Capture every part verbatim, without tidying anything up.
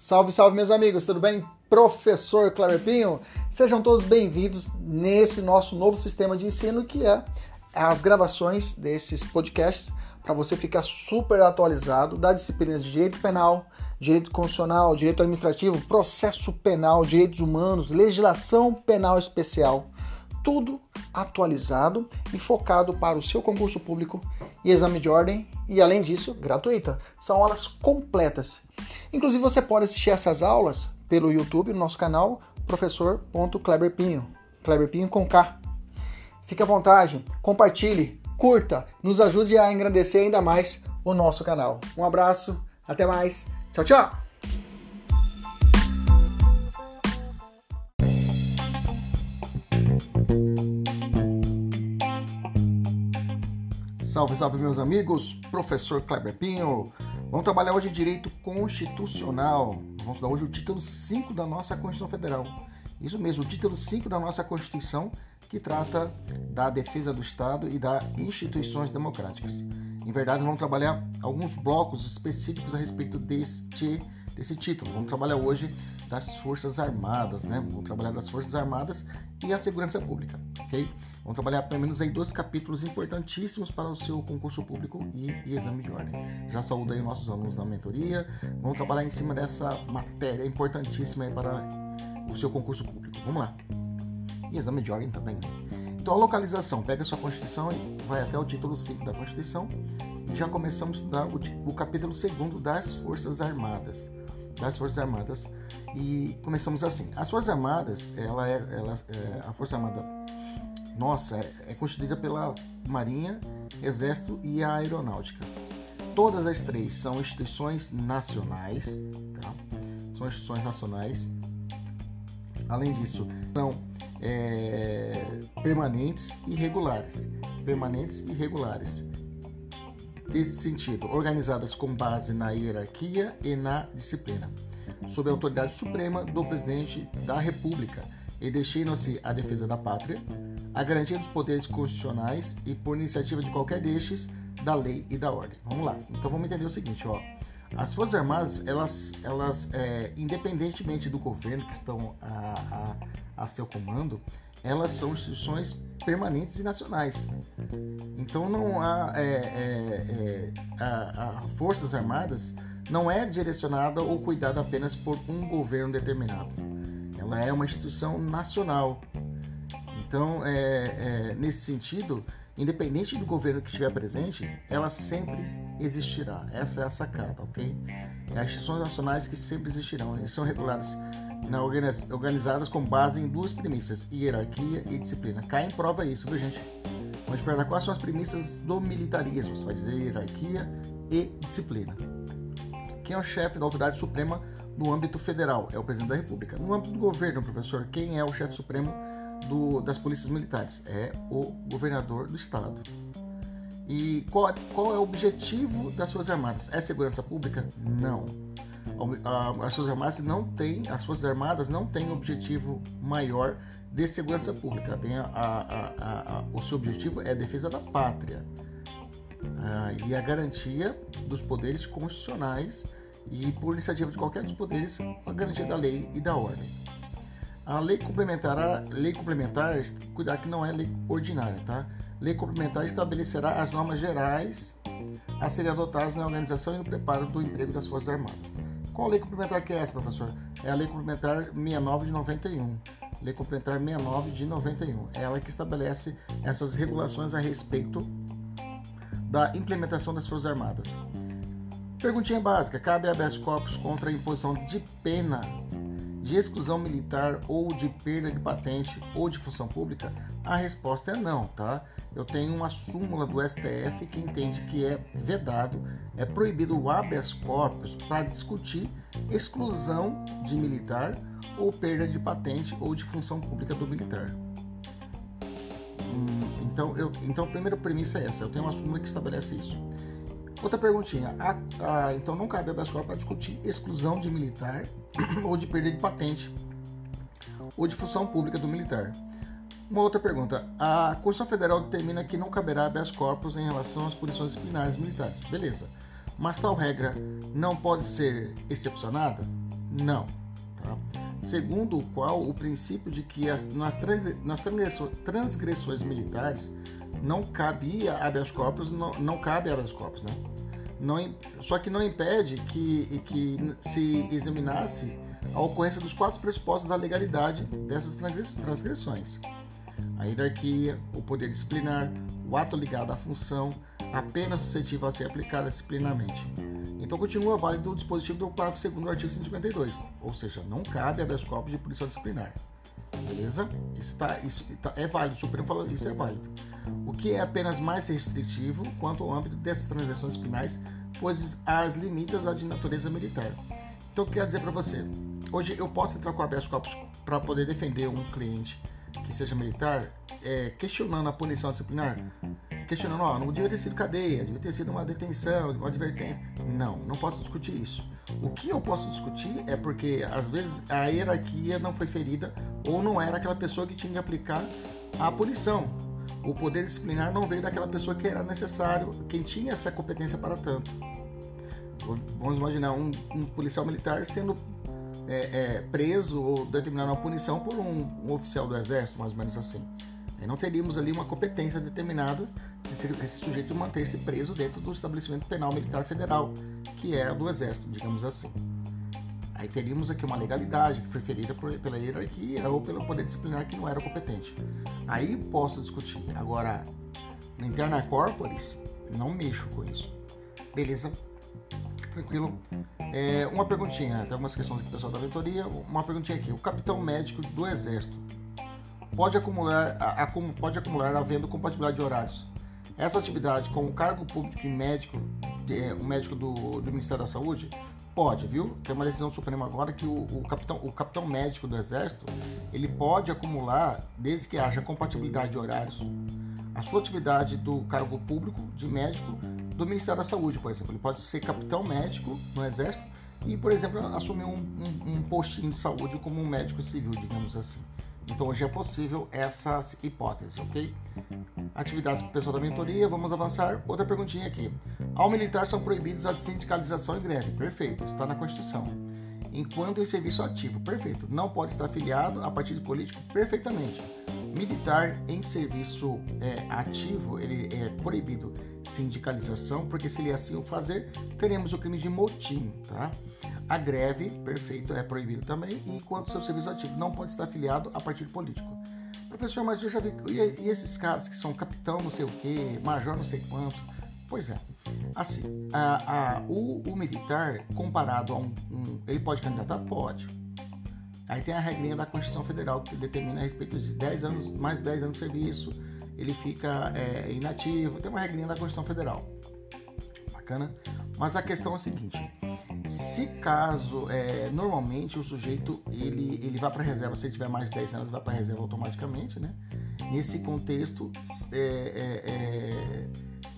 Salve, salve meus amigos, tudo bem? Professor Kleber Pinho, sejam todos bem-vindos nesse nosso novo sistema de ensino que é as gravações desses podcasts para você ficar super atualizado das disciplinas de Direito Penal, Direito Constitucional, Direito Administrativo, Processo Penal, Direitos Humanos, Legislação Penal Especial, tudo atualizado e focado para o seu concurso público e exame de ordem e, além disso, gratuita. São aulas completas. Inclusive, você pode assistir essas aulas pelo YouTube, no nosso canal, professor ponto kleber pinho, Kleber Pinho com K. Fique à vontade, compartilhe, curta, nos ajude a engrandecer ainda mais o nosso canal. Um abraço, até mais, tchau, tchau! Salve, salve meus amigos, professor Kleber Pinho. Vamos trabalhar hoje Direito Constitucional. Vamos estudar hoje o título cinco da nossa Constituição Federal. Isso mesmo, o título cinco da nossa Constituição, que trata da defesa do Estado e das instituições democráticas. Em verdade, vamos trabalhar alguns blocos específicos a respeito deste, desse título. Vamos trabalhar hoje das Forças Armadas, né? Vamos trabalhar das Forças Armadas e a Segurança Pública, ok? Vamos trabalhar pelo menos aí dois capítulos importantíssimos para o seu concurso público e, e exame de ordem. Já saúdo aí nossos alunos na mentoria. Vamos trabalhar em cima dessa matéria importantíssima aí para o seu concurso público. Vamos lá. E exame de ordem também. Então a localização, pega a sua Constituição e vai até o título cinco da Constituição. E já começamos a estudar o, o capítulo segundo das Forças Armadas. Das Forças Armadas. E começamos assim. As Forças Armadas, ela é, ela é a Força Armada nossa, é constituída pela Marinha, Exército e a Aeronáutica. Todas as três são instituições nacionais, tá? São instituições nacionais. Além disso, são é, permanentes e regulares. Permanentes e regulares. Nesse sentido, organizadas com base na hierarquia e na disciplina, sob a autoridade suprema do Presidente da República, e destinam-se à defesa da pátria, a garantia dos poderes constitucionais e, por iniciativa de qualquer destes, da lei e da ordem. Vamos lá. Então vamos entender o seguinte, ó. As Forças Armadas, elas, elas é, independentemente do governo que estão a, a, a seu comando, elas são instituições permanentes e nacionais. Então não há é, é, é, a, a Forças Armadas não é direcionada ou cuidada apenas por um governo determinado. Ela é uma instituição nacional. Então, é, é, nesse sentido, independente do governo que estiver presente, ela sempre existirá. Essa é a sacada, ok? É as instituições nacionais que sempre existirão. Eles são reguladas, na, organizadas com base em duas premissas, hierarquia e disciplina. Cai em prova isso, viu, gente? Vamos perguntar quais são as premissas do militarismo. Você vai dizer hierarquia e disciplina. Quem é o chefe da autoridade suprema no âmbito federal? É o presidente da República. No âmbito do governo, professor, quem é o chefe supremo do, das polícias militares? É o governador do estado. E qual, qual é o objetivo das Forças Armadas? É segurança pública? Não. As Forças Armadas não têm, as Forças Armadas não têm objetivo maior de segurança pública. Tem a, a, a, a, o seu objetivo é a defesa da pátria ah, e a garantia dos poderes constitucionais e, por iniciativa de qualquer dos poderes, a garantia da lei e da ordem. A lei complementar, a lei complementar, cuidado que não é lei ordinária, tá? Lei complementar estabelecerá as normas gerais a serem adotadas na organização e no preparo do emprego das Forças Armadas. Qual lei complementar que é essa, professor? É a Lei Complementar sessenta e nove de noventa e um. Lei Complementar sessenta e nove de noventa e um. É ela que estabelece essas regulações a respeito da implementação das Forças Armadas. Perguntinha básica: cabe habeas corpus contra a imposição de pena de exclusão militar ou de perda de patente ou de função pública? A resposta é não, tá? Eu tenho uma súmula do S T F que entende que é vedado, é proibido o habeas corpus para discutir exclusão de militar ou perda de patente ou de função pública do militar. Hum, então, eu, então, a primeira premissa é essa: eu tenho uma súmula que estabelece isso. Outra perguntinha, a, a, então não cabe habeas corpus para discutir exclusão de militar ou de perda de patente ou de função pública do militar. Uma outra pergunta, a Constituição Federal determina que não caberá habeas corpus em relação às punições disciplinares militares. Beleza, mas tal regra não pode ser excepcionada? Não. Tá? Segundo o qual, o princípio de que as, nas, nas transgressões, transgressões militares não cabia habeas corpus, não, não cabe habeas corpus, né? Não, só que não impede que, que se examinasse a ocorrência dos quatro pressupostos da legalidade dessas transgressões: a hierarquia, o poder disciplinar, o ato ligado à função, a pena suscetível a ser aplicada disciplinarmente. Então continua válido o dispositivo do parágrafo segundo do artigo cento e cinquenta e dois, ou seja, não cabe habeas corpus de punição disciplinar. Beleza? Isso, tá, isso tá, é válido, o Supremo falou isso é válido. O que é apenas mais restritivo quanto ao âmbito dessas transgressões penais, pois as limitas à de natureza militar. Então, o que eu quero dizer para você? Hoje eu posso entrar com habeas corpus para poder defender um cliente que seja militar, é, questionando a punição disciplinar, questionando, ó, não devia ter sido cadeia, devia ter sido uma detenção, uma advertência. Não, não posso discutir isso. O que eu posso discutir é porque, às vezes, a hierarquia não foi ferida ou não era aquela pessoa que tinha que aplicar a punição. O poder disciplinar não veio daquela pessoa que era necessário, quem tinha essa competência para tanto. Vamos imaginar um, um policial militar sendo é, é, preso ou determinado uma punição por um, um oficial do exército, mais ou menos assim. Aí não teríamos ali uma competência determinada se esse sujeito manter-se preso dentro do estabelecimento penal militar federal, que é do exército, digamos assim. Aí teríamos aqui uma legalidade que foi ferida por, pela hierarquia ou pelo poder disciplinar que não era competente. Aí posso discutir. Agora, no interna corporis, não mexo com isso. Beleza? Tranquilo? É, uma perguntinha, tem algumas questões aqui do pessoal da mentoria. Uma perguntinha aqui. O capitão médico do exército pode acumular, a, a, pode acumular havendo compatibilidade de horários essa atividade com o cargo público e médico, é, o médico do, do Ministério da Saúde? Pode, viu? Tem uma decisão suprema agora que o, o, capitão, o capitão médico do Exército, ele pode acumular, desde que haja compatibilidade de horários, a sua atividade do cargo público de médico do Ministério da Saúde, por exemplo. Ele pode ser capitão médico no Exército e, por exemplo, assumir um, um, um postinho de saúde como um médico civil, digamos assim. Então, hoje é possível essa hipótese, ok? Atividades para o pessoal da mentoria, vamos avançar. Outra perguntinha aqui. Ao militar são proibidos a sindicalização e greve. Perfeito, está na Constituição. Enquanto em serviço ativo. Perfeito. Não pode estar afiliado a partido político. Perfeitamente. Militar em serviço é, ativo, ele é proibido sindicalização, porque se ele assim o fazer, teremos o crime de motim, tá? A greve, perfeito, é proibido também, e enquanto seu serviço ativo não pode estar afiliado a partido político. Professor, mas eu já vi, e, e esses caras que são capitão não sei o que, major não sei quanto? Pois é, assim, a, a, o, o militar, comparado a um, um, ele pode candidatar? Pode. Aí tem a regrinha da Constituição Federal que determina a respeito de dez anos, mais dez anos de serviço, ele fica é, inativo, tem uma regrinha da Constituição Federal. Bacana? Mas a questão é a seguinte, se caso, é, normalmente o sujeito, ele, ele vai para a reserva, se ele tiver mais de dez anos, vai para a reserva automaticamente, né? Nesse contexto, é, é, é,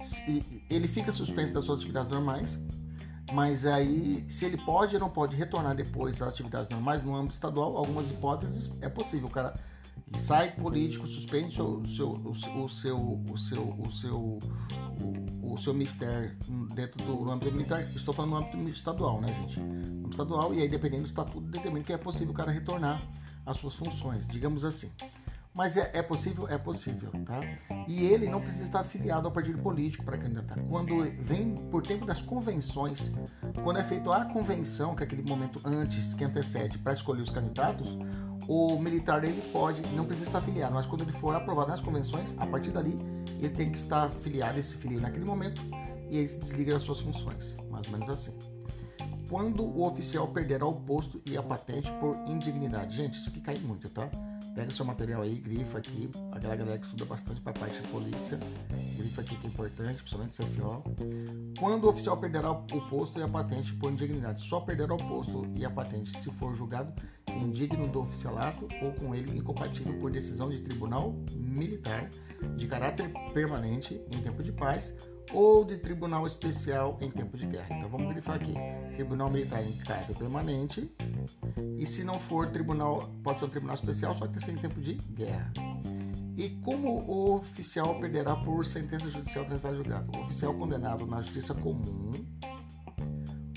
ele fica suspenso das suas atividades normais, mas aí, se ele pode ou não pode retornar depois às atividades normais no âmbito estadual, algumas hipóteses é possível. O cara sai político, suspende o seu, o seu, o seu, o seu, o seu, o, o seu ministério dentro do âmbito militar. Estou falando no âmbito estadual, né, gente? No âmbito estadual, e aí, dependendo do estatuto, determina que é possível o cara retornar às suas funções, digamos assim. Mas é, é possível? É possível, tá? E ele não precisa estar afiliado ao partido político para candidatar. Quando vem por tempo das convenções, quando é feita a convenção, que é aquele momento antes, que antecede, para escolher os candidatos, o militar ele pode, não precisa estar afiliado, mas quando ele for aprovado nas convenções, a partir dali, ele tem que estar afiliado, ele se filia naquele momento, e ele se desliga das suas funções, mais ou menos assim. Quando o oficial perderá o posto e a patente por indignidade. Gente, isso aqui cai muito, tá? Pega o seu material aí, grifa aqui, aquela galera que estuda bastante para a parte de polícia, grifa aqui que é importante, principalmente C F O. Quando o oficial perderá o posto e a patente por indignidade, só perderá o posto e a patente se for julgado indigno do oficialato ou com ele incompatível por decisão de tribunal militar de caráter permanente em tempo de paz ou de tribunal especial em tempo de guerra. Então vamos grifar aqui, tribunal militar em caráter permanente, e se não for tribunal, pode ser um tribunal especial, só que tem que ser em tempo de guerra. E como o oficial perderá por sentença judicial transitada julgada? O oficial condenado na justiça comum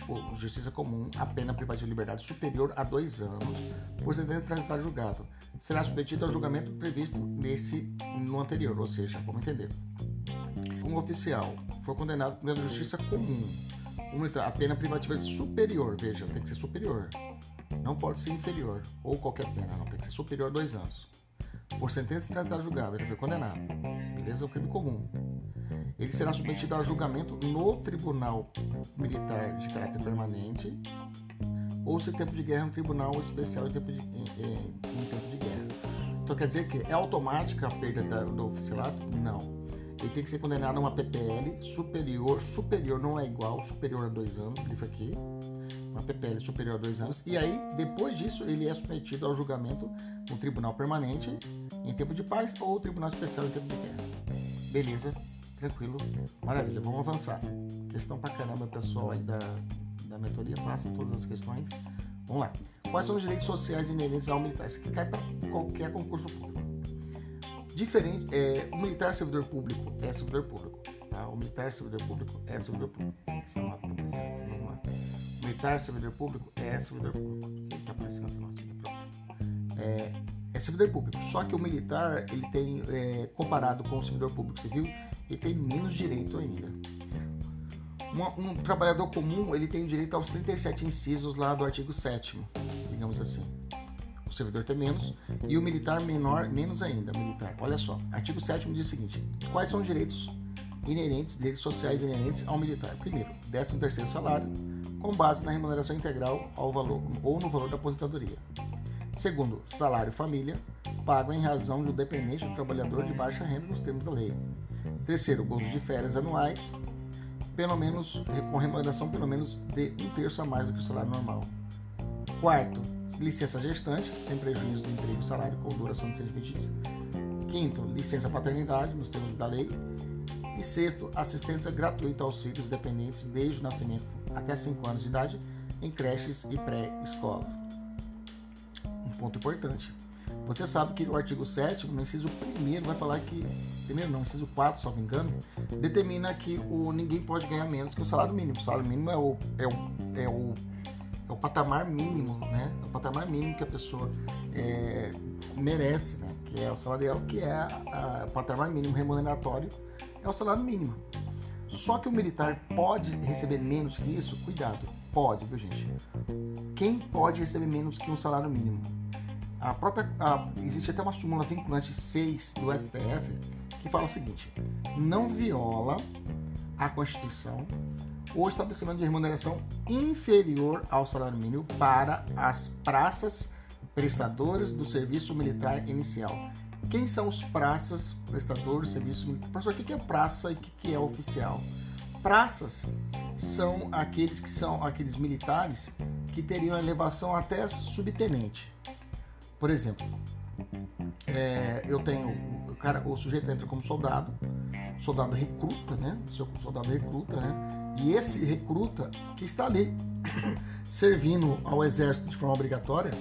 ou justiça comum, a pena privativa de liberdade superior a dois anos por sentença transitada em julgado. Será submetido ao julgamento previsto nesse, no anterior, ou seja, vamos entender. Um oficial for condenado pela justiça comum, a pena privativa superior, veja, tem que ser superior, não pode ser inferior, ou qualquer pena, não, tem que ser superior a dois anos. Por sentença transitada em julgado, ele foi condenado, beleza? É um crime comum. Ele será submetido a julgamento no Tribunal Militar de caráter permanente, ou se tempo de guerra é um tribunal especial em tempo de, em, em, em tempo de guerra. Então quer dizer que é automática a perda da, do oficialato? Não. Ele tem que ser condenado a uma P P L superior, superior não é igual, superior a dois anos, grifo aqui, uma P P L superior a dois anos, e aí, depois disso, ele é submetido ao julgamento no Tribunal Permanente em tempo de paz ou Tribunal Especial em tempo de guerra. Beleza? Tranquilo? Maravilha, vamos avançar. Questão pra caramba, pessoal aí da, da mentoria, faça todas as questões. Vamos lá. Quais são os direitos sociais inerentes ao militar? Isso aqui cai para qualquer concurso público. Diferente, é, o militar servidor público é servidor público. Tá? O militar servidor público é servidor público. Essa nota está aparecendo aqui, vamos lá. O militar servidor público é servidor público. Aqui está aparecendo essa nota aqui, pronto. É, é servidor público. Só que o militar, ele tem, é, comparado com o servidor público civil, ele tem menos direito ainda. Um, um trabalhador comum, ele tem direito aos trinta e sete incisos lá do artigo sétimo, digamos assim. O servidor tem menos, e o militar menor, menos ainda, militar. Olha só, artigo sétimo diz o seguinte: quais são os direitos inerentes, direitos sociais inerentes ao militar? Primeiro, décimo terceiro salário, com base na remuneração integral ao valor, ou no valor da aposentadoria. Segundo, salário família, pago em razão do dependente do trabalhador de baixa renda nos termos da lei. Terceiro, gozo de férias anuais, pelo menos, com remuneração pelo menos de um terço a mais do que o salário normal. Quarto, licença gestante, sem prejuízo do emprego e salário, com duração de seis meses. Quinto, licença paternidade, nos termos da lei. E sexto, assistência gratuita aos filhos dependentes desde o nascimento até cinco anos de idade em creches e pré-escolas. Um ponto importante. Você sabe que o artigo sétimo, no inciso primeiro, vai falar que, primeiro não, inciso quatro, se não me engano, determina que o, ninguém pode ganhar menos que o salário mínimo. O salário mínimo é o, é o, é o É o patamar mínimo, né? É o patamar mínimo que a pessoa é, merece, né? Que é o salário, que é a, a, o patamar mínimo remuneratório, é o salário mínimo. Só que o militar pode receber menos que isso? Cuidado, pode, viu, gente? Quem pode receber menos que um salário mínimo? A própria, a, existe até uma súmula vinculante seis do S T F que fala o seguinte: não viola a Constituição ou estabelecimento de remuneração inferior ao salário mínimo para as praças prestadores do serviço militar inicial. Quem são os praças prestadores do serviço militar? Professor, o que é praça e o que é oficial? Praças são aqueles que são aqueles militares que teriam elevação até subtenente. Por exemplo, é, eu tenho o, cara, o sujeito entra como soldado, soldado recruta, né? Soldado recruta, né? E esse recruta que está ali servindo ao exército de forma obrigatória,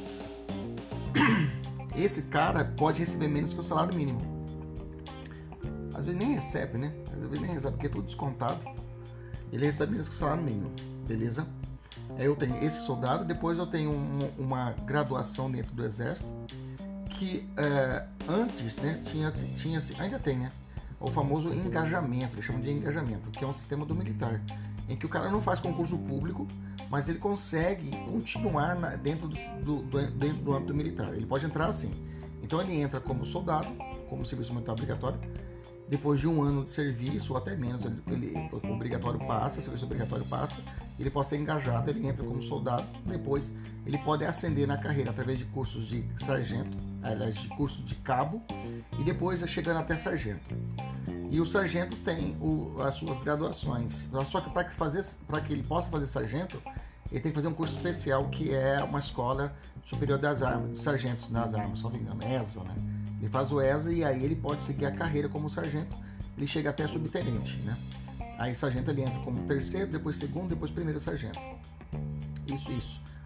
esse cara pode receber menos que o salário mínimo. Às vezes nem recebe, né? Às vezes nem recebe, porque é tudo descontado. Ele recebe menos que o salário mínimo, beleza? Aí eu tenho esse soldado, depois eu tenho um, uma graduação dentro do exército, que é, antes, né, tinha, tinha, ainda tem, né? O famoso engajamento, eles chamam de engajamento, que é um sistema do militar, em que o cara não faz concurso público, mas ele consegue continuar na, dentro, do, do, do, dentro do âmbito militar. Ele pode entrar assim. Então ele entra como soldado, como serviço militar obrigatório, depois de um ano de serviço, ou até menos, ele, ele, o obrigatório passa, o serviço obrigatório passa, ele pode ser engajado, ele entra como soldado, depois ele pode ascender na carreira através de cursos de sargento, aliás, de curso de cabo, e depois chegando até sargento. E o sargento tem o, as suas graduações, só que para fazer, para que ele possa fazer sargento, ele tem que fazer um curso especial, que é uma escola superior das armas, sargentos das armas, se não me engano, E S A, né? Ele faz o E S A e aí ele pode seguir a carreira como sargento, ele chega até subtenente, né? Aí sargento ele entra como terceiro, depois segundo, depois primeiro sargento. Isso, isso.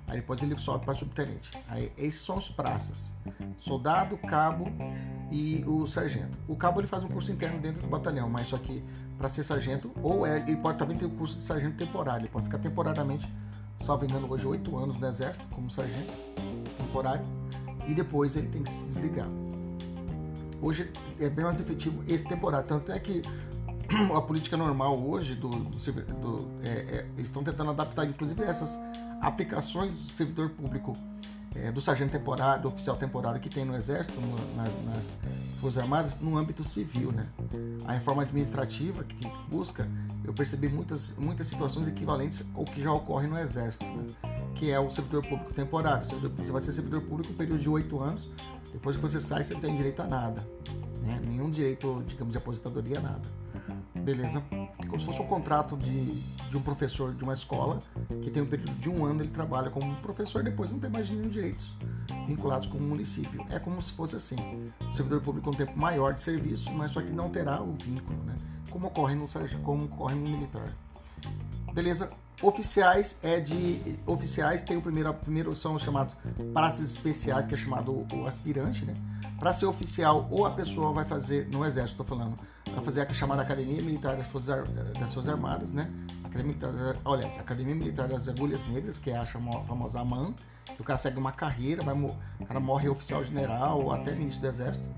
Aí depois ele sobe para subtenente. Aí esses são os praças: soldado, cabo e o sargento. O cabo ele faz um curso interno dentro do batalhão, mas só que para ser sargento, ou é, ele pode também ter o curso de sargento temporário, ele pode ficar temporariamente, salvo engano, hoje oito anos no exército como sargento temporário, e depois ele tem que se desligar. Hoje é bem mais efetivo esse temporário, tanto é que a política normal hoje do, do, do é, é, eles estão tentando adaptar inclusive essas aplicações do servidor público, é, do sargento temporário, do oficial temporário que tem no exército, no, nas, nas Forças Armadas, no âmbito civil, né? A reforma administrativa que busca, eu percebi muitas, muitas situações equivalentes ao que já ocorre no exército, né? Que é o servidor público temporário. Você vai ser servidor público um período de oito anos, depois que você sai, você não tem direito a nada, né? Nenhum direito, digamos, de aposentadoria, nada. Beleza? Como se fosse um contrato de, de um professor de uma escola que tem um período de um ano, ele trabalha como professor, depois não tem mais nenhum direitos vinculados com o município. É como se fosse assim, o servidor público com um tempo maior de serviço, mas só que não terá o vínculo, né? Como ocorre no, como ocorre no militar. Beleza? Oficiais é de oficiais tem o primeiro, primeiro são chamados praças especiais, que é chamado o, o aspirante, né? Para ser oficial, ou a pessoa vai fazer no exército, estou falando, vai fazer a chamada Academia Militar das Forças, das Forças Armadas, né? Academia Militar, olha, Academia Militar das Agulhas Negras, que é a famosa AMAN, que o cara segue uma carreira, vai, o cara morre oficial general ou até ministro do exército.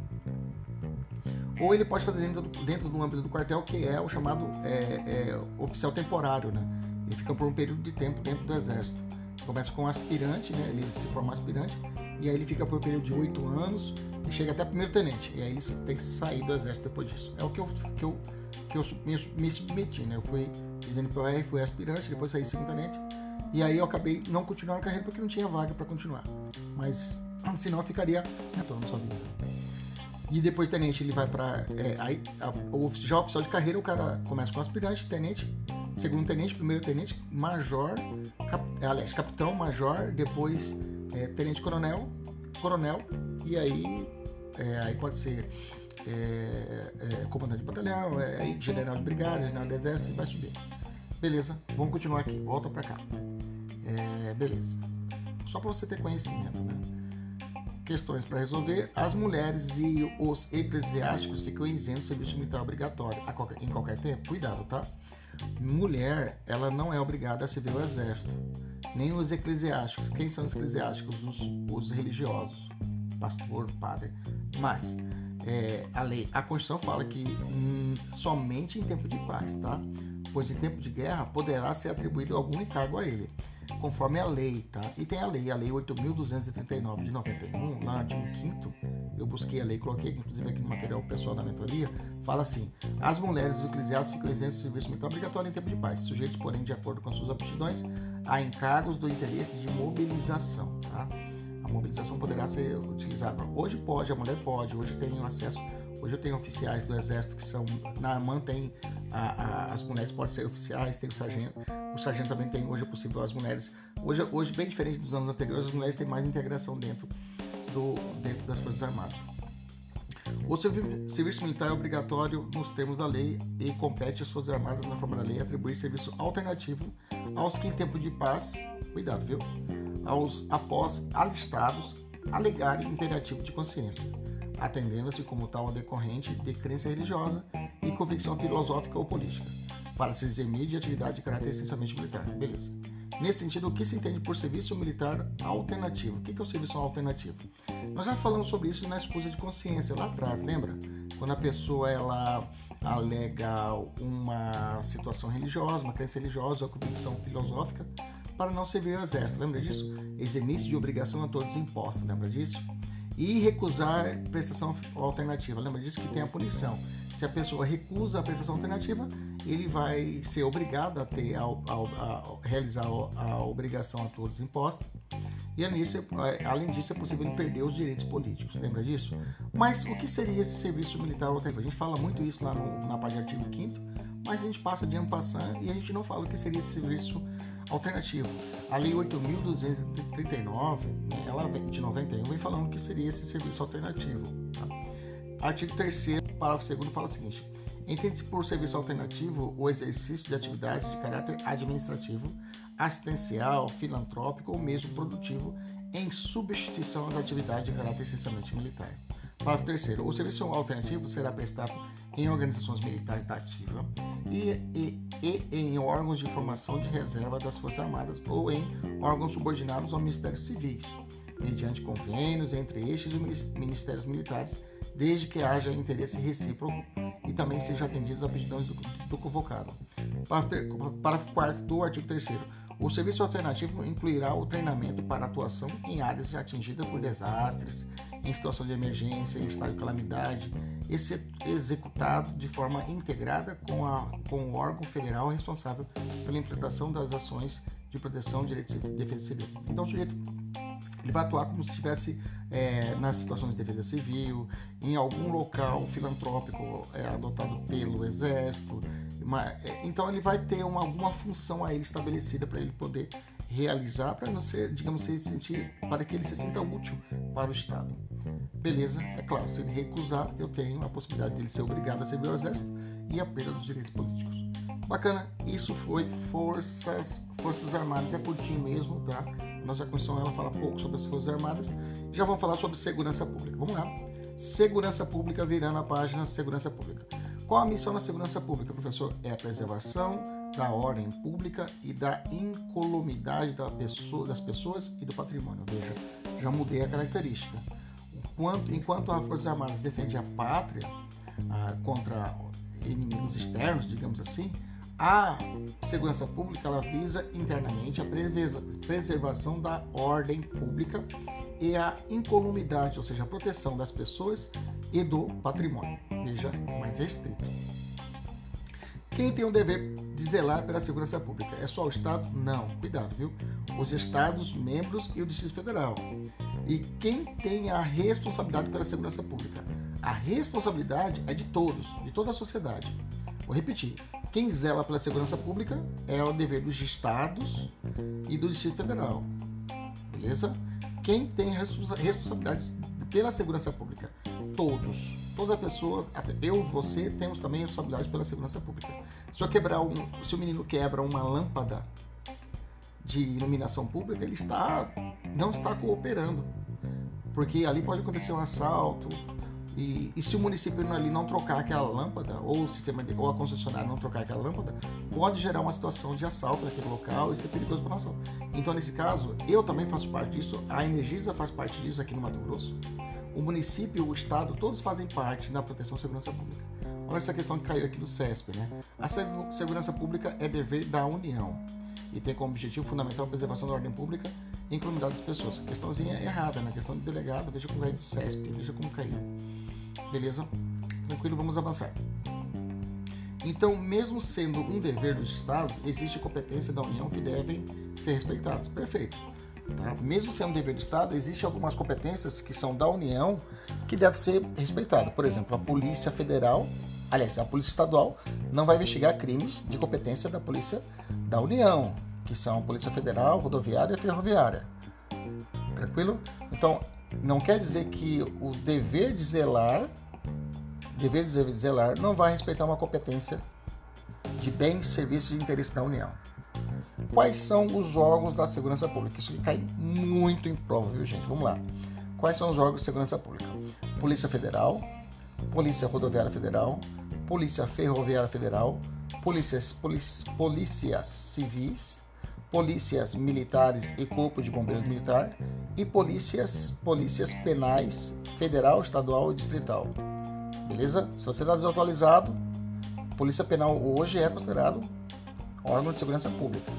Ou ele pode fazer dentro do, dentro do âmbito do quartel, que é o chamado é, é, oficial temporário, né? Ele fica por um período de tempo dentro do exército. Começa com um aspirante, né? Ele se forma aspirante, e aí ele fica por um período de oito anos e chega até primeiro tenente. E aí ele tem que sair do exército depois disso. É o que eu, que eu, que eu me, me submeti, né? Eu fui dizendo para o R, fui aspirante, depois saí segundo tenente. E aí eu acabei não continuando a carreira porque não tinha vaga para continuar. Mas senão eu ficaria toda a sua vida. E depois tenente ele vai para é, aí a, o já oficial de carreira, o cara começa com aspirante, tenente, segundo tenente, primeiro tenente, major, cap, aliás, capitão, major, depois é, tenente coronel, coronel, e aí, é, aí pode ser é, é, comandante de batalhão, é, aí general de brigada, general do exército, e vai subir. Beleza, vamos continuar aqui, volta para cá. É, beleza. Só para você ter conhecimento, né? Questões para resolver: as mulheres e os eclesiásticos ficam isentos do serviço militar obrigatório a qualquer, em qualquer tempo. Cuidado, tá? Mulher, ela não é obrigada a servir o exército, nem os eclesiásticos. Quem são os eclesiásticos? Os, os religiosos, pastor, padre. Mas é, a lei, a Constituição fala que hum, somente em tempo de paz, tá? Pois em tempo de guerra poderá ser atribuído algum encargo a ele, conforme a lei, tá? E tem a lei, a lei oito mil duzentos e trinta e nove de noventa e um, lá no artigo quinto, eu busquei a lei, coloquei inclusive aqui no material pessoal da mentoria, fala assim: as mulheres e os eclesiásticos ficam isentos do serviço militar obrigatório em tempo de paz, sujeitos, porém, de acordo com suas aptidões, a encargos do interesse de mobilização, tá? A mobilização poderá ser utilizada. Hoje pode, a mulher pode, hoje tem acesso. Hoje eu tenho oficiais do exército que são, na AMAN tem, a, a, as mulheres podem ser oficiais, tem o sargento, o sargento também tem, hoje é possível as mulheres, hoje, hoje bem diferente dos anos anteriores, as mulheres têm mais integração dentro, do, dentro das Forças Armadas. O serviço militar é obrigatório nos termos da lei e compete às Forças Armadas, na forma da lei, atribuir serviço alternativo aos que em tempo de paz, cuidado, viu? Aos após alistados alegarem imperativo de consciência, atendendo-se como tal a decorrente de crença religiosa e convicção filosófica ou política, para se eximir de atividade de caráter essencialmente militar. Beleza. Nesse sentido, o que se entende por serviço militar alternativo? O que é o serviço alternativo? Nós já falamos sobre isso na escusa de consciência, lá atrás, lembra? Quando a pessoa ela alega uma situação religiosa, uma crença religiosa ou convicção filosófica, para não servir ao exército, lembra disso? Eximir-se de obrigação a todos impostos, lembra disso? E recusar prestação alternativa. Lembra disso que tem a punição. Se a pessoa recusa a prestação alternativa, ele vai ser obrigado a, ter, a, a, a realizar a obrigação a todos imposta. E além disso, é possível ele perder os direitos políticos. Lembra disso? Mas o que seria esse serviço militar alternativo? A gente fala muito isso lá no, na página do artigo quinto, mas a gente passa de en passant e a gente não fala o que seria esse serviço alternativo. A lei oito mil duzentos e trinta e nove, né, ela vem de noventa e um, vem falando que seria esse serviço alternativo. Tá? Artigo terceiro, parágrafo segundo, fala o seguinte: entende-se por serviço alternativo o exercício de atividades de caráter administrativo assistencial, filantrópico ou mesmo produtivo em substituição às atividades de caráter essencialmente militar. Parágrafo terceiro. O serviço alternativo será prestado em organizações militares da ativa e, e, e em órgãos de formação de reserva das Forças Armadas ou em órgãos subordinados ao Ministério Civis, mediante convênios entre estes e ministérios militares, desde que haja interesse recíproco e também sejam atendidos a pedidos do, do convocado. Parágrafo quarto do artigo terceiro. O serviço alternativo incluirá o treinamento para atuação em áreas atingidas por desastres, em situação de emergência, em estado de calamidade, executado de forma integrada com, a, com o órgão federal responsável pela implementação das ações de proteção de direitos de defesa civil. Então, o sujeito ele vai atuar como se estivesse é, nas situações de defesa civil, em algum local filantrópico é, adotado pelo Exército. Mas, é, então, ele vai ter uma, alguma função aí estabelecida para ele poder realizar, para não ser, digamos, se sentir, para que ele se sinta útil para o Estado. Beleza? É claro, se ele recusar, eu tenho a possibilidade de ele ser obrigado a servir ao Exército e a perda dos direitos políticos. Bacana, isso foi Forças, Forças Armadas, é curtinho mesmo, tá? Nossa Constituição ela fala pouco sobre as Forças Armadas. Já vamos falar sobre segurança pública. Vamos lá. Segurança pública, virando a página Segurança Pública. Qual a missão da segurança pública, professor? É a preservação da ordem pública e da incolumidade da pessoa, das pessoas e do patrimônio. Veja, já mudei a característica. Enquanto, enquanto a Forças Armadas defende a pátria ah, contra inimigos externos, digamos assim, a segurança pública ela visa internamente a preservação da ordem pública e a incolumidade, ou seja, a proteção das pessoas e do patrimônio. Veja, mais restrito. Quem tem o dever de zelar pela segurança pública? É só o Estado? Não. Cuidado, viu? Os Estados, membros e o Distrito Federal. E quem tem a responsabilidade pela segurança pública? A responsabilidade é de todos, de toda a sociedade. Vou repetir. Quem zela pela segurança pública é o dever dos Estados e do Distrito Federal. Beleza? Quem tem responsabilidades pela segurança pública? Todos. Toda pessoa, até eu, você, temos também responsabilidade pela segurança pública. Se eu quebrar um, se o menino quebra uma lâmpada de iluminação pública, ele está, não está cooperando. Porque ali pode acontecer um assalto. E, e se o município ali não trocar aquela lâmpada, ou o sistema de, ou a concessionária não trocar aquela lâmpada, pode gerar uma situação de assalto naquele local e ser perigoso para a nação. Então, nesse caso, eu também faço parte disso, a Energisa faz parte disso aqui no Mato Grosso, o município, o estado, todos fazem parte na proteção e segurança pública. Olha essa questão que caiu aqui do CESP, né? A segurança pública é dever da União e tem como objetivo fundamental a preservação da ordem pública e incolumidade das pessoas. Questãozinha errada, né? Questão de delegado, veja como caiu do CESP, veja como caiu. Beleza? Tranquilo, vamos avançar. Então, mesmo sendo um dever dos Estados, existe competência da União que devem ser respeitadas. Perfeito. Tá? Mesmo sendo um dever do Estado, existem algumas competências que são da União que devem ser respeitadas. Por exemplo, a Polícia Federal, aliás, a Polícia Estadual não vai investigar crimes de competência da Polícia da União, que são a Polícia Federal, Rodoviária e Ferroviária. Tranquilo? Então, não quer dizer que o dever de zelar, dever de zelar não vai respeitar uma competência de bens, serviços e interesse da União. Quais são os órgãos da segurança pública? Isso aqui cai muito em prova, viu, gente? Vamos lá. Quais são os órgãos de segurança pública? Polícia Federal, Polícia Rodoviária Federal, Polícia Ferroviária Federal, polícias, polic, polícias civis, polícias militares e corpo de bombeiros militar e polícias, polícias penais federal, estadual e distrital. Beleza? Se você está desatualizado, Polícia Penal hoje é considerado órgão de segurança pública.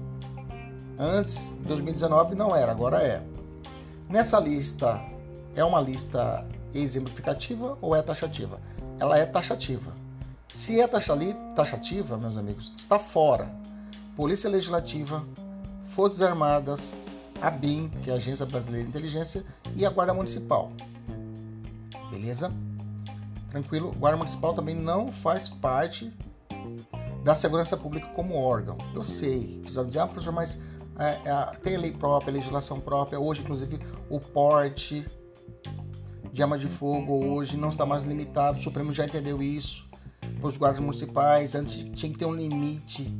Antes, em dois mil e dezenove, não era, agora é. Nessa lista, é uma lista exemplificativa ou é taxativa? Ela é taxativa. Se é taxativa, meus amigos, está fora Polícia Legislativa, Forças Armadas, a B I M, que é a Agência Brasileira de Inteligência, e a Guarda Municipal. Beleza? Tranquilo? Guarda Municipal também não faz parte da segurança pública como órgão. Eu sei, precisava dizer, ah, professor, mas é, é, tem lei própria, legislação própria. Hoje, inclusive, o porte de arma de fogo hoje não está mais limitado. O Supremo já entendeu isso. Para os guardas municipais, antes tinha que ter um limite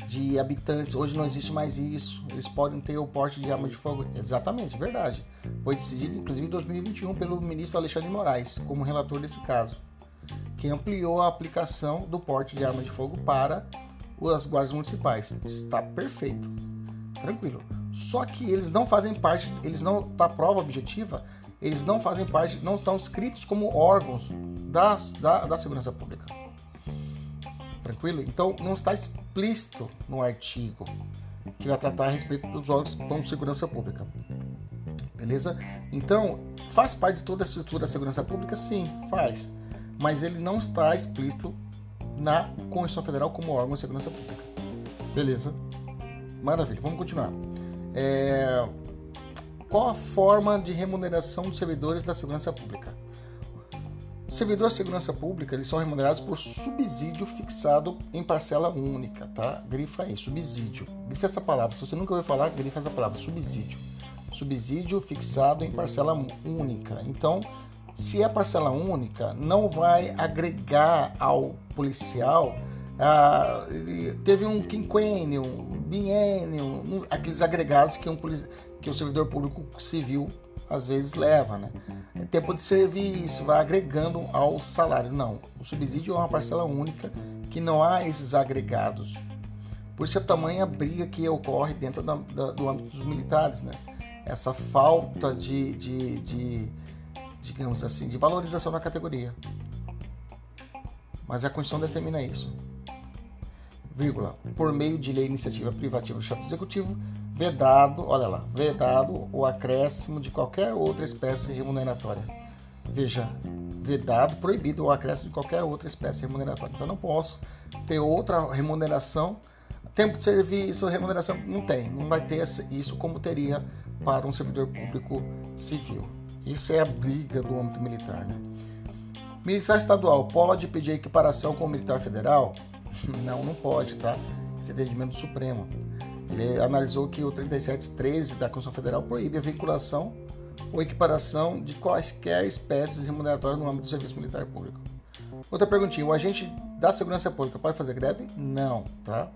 de habitantes, hoje não existe mais isso, eles podem ter o porte de arma de fogo. Exatamente, verdade. Foi decidido, inclusive, em dois mil e vinte e um pelo ministro Alexandre de Moraes, como relator desse caso, que ampliou a aplicação do porte de arma de fogo para as guardas municipais. Está perfeito, tranquilo. Só que eles não fazem parte, eles não, para prova objetiva, eles não fazem parte, não estão inscritos como órgãos da, da, da segurança pública. Tranquilo? Então, não está explícito no artigo que vai tratar a respeito dos órgãos de segurança pública. Beleza? Então, faz parte de toda a estrutura da segurança pública? Sim, faz. Mas ele não está explícito na Constituição Federal como órgão de segurança pública. Beleza? Maravilha. Vamos continuar. É... Qual a forma de remuneração dos servidores da segurança pública? Servidores de segurança pública, eles são remunerados por subsídio fixado em parcela única, tá? Grifa aí, subsídio. Grifa essa palavra. Se você nunca ouviu falar, grifa essa palavra, subsídio. Subsídio fixado em parcela única. Então, se é parcela única, não vai agregar ao policial. Ah, teve um quinquênio, um biênio, aqueles agregados que, um, que o servidor público civil às vezes leva, né? Tempo de serviço, vai agregando ao salário. Não, o subsídio é uma parcela única que não há esses agregados. Por isso a tamanha briga que ocorre dentro da, da, do âmbito dos militares, né? Essa falta de, de, de, digamos assim, de valorização da categoria. Mas a Constituição determina isso. Vírgula, por meio de lei iniciativa privativa do chefe do executivo, vedado, olha lá, vedado o acréscimo de qualquer outra espécie remuneratória. Veja, vedado, proibido o acréscimo de qualquer outra espécie remuneratória. Então, não posso ter outra remuneração. Tempo de serviço, remuneração, não tem. Não vai ter isso como teria para um servidor público civil. Isso é a briga do âmbito militar, né? Militar estadual pode pedir equiparação com o militar federal? Não, não pode, tá? Esse é entendimento do Supremo. Ele analisou que o trinta e sete treze da Constituição Federal proíbe a vinculação ou equiparação de quaisquer espécies remuneratórias no âmbito do serviço militar público. Outra perguntinha, o agente da segurança pública pode fazer greve? Não, tá?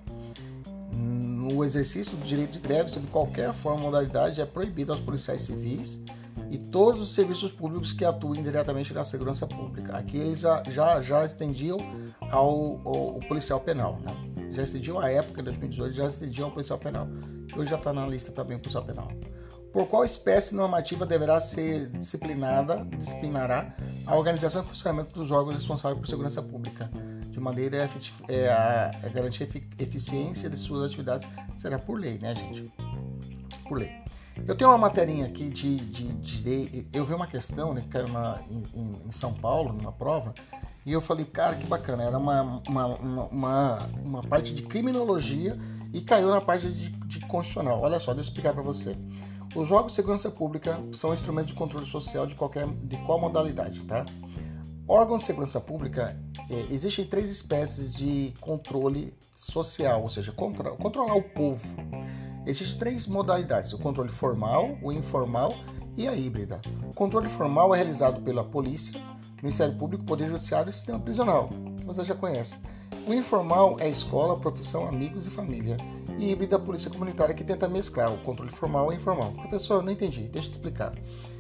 No exercício do direito de greve, sob qualquer forma ou modalidade, é proibido aos policiais civis e todos os serviços públicos que atuem diretamente na segurança pública. Aqui eles já, já, já estendiam ao, ao, ao policial penal, né? Já estendiam à época, em dois mil e dezoito, já estendiam ao policial penal. Hoje já está na lista também o policial penal. Por qual espécie normativa deverá ser disciplinada, disciplinará a organização e funcionamento dos órgãos responsáveis por segurança pública, de maneira a, é, a, a garantir a eficiência de suas atividades? Será por lei, né, gente? Por lei. Eu tenho uma materinha aqui de, de, de eu vi uma questão, né, que caiu na, em, em São Paulo, numa prova, e eu falei, cara, que bacana, era uma, uma, uma, uma, uma parte de criminologia e caiu na parte de, de constitucional. Olha só, deixa eu explicar para você. Os órgãos de segurança pública são instrumentos de controle social de qualquer, de qual modalidade, tá? Órgãos de segurança pública, é, existem três espécies de controle social, ou seja, contra, controlar o povo. Existem três modalidades, o controle formal, o informal e a híbrida. O controle formal é realizado pela polícia, Ministério Público, Poder Judiciário e Sistema Prisional, que você já conhece. O informal é escola, profissão, amigos e família. E híbrida, a polícia comunitária, que tenta mesclar o controle formal e informal. Professor, eu não entendi, deixa eu te explicar.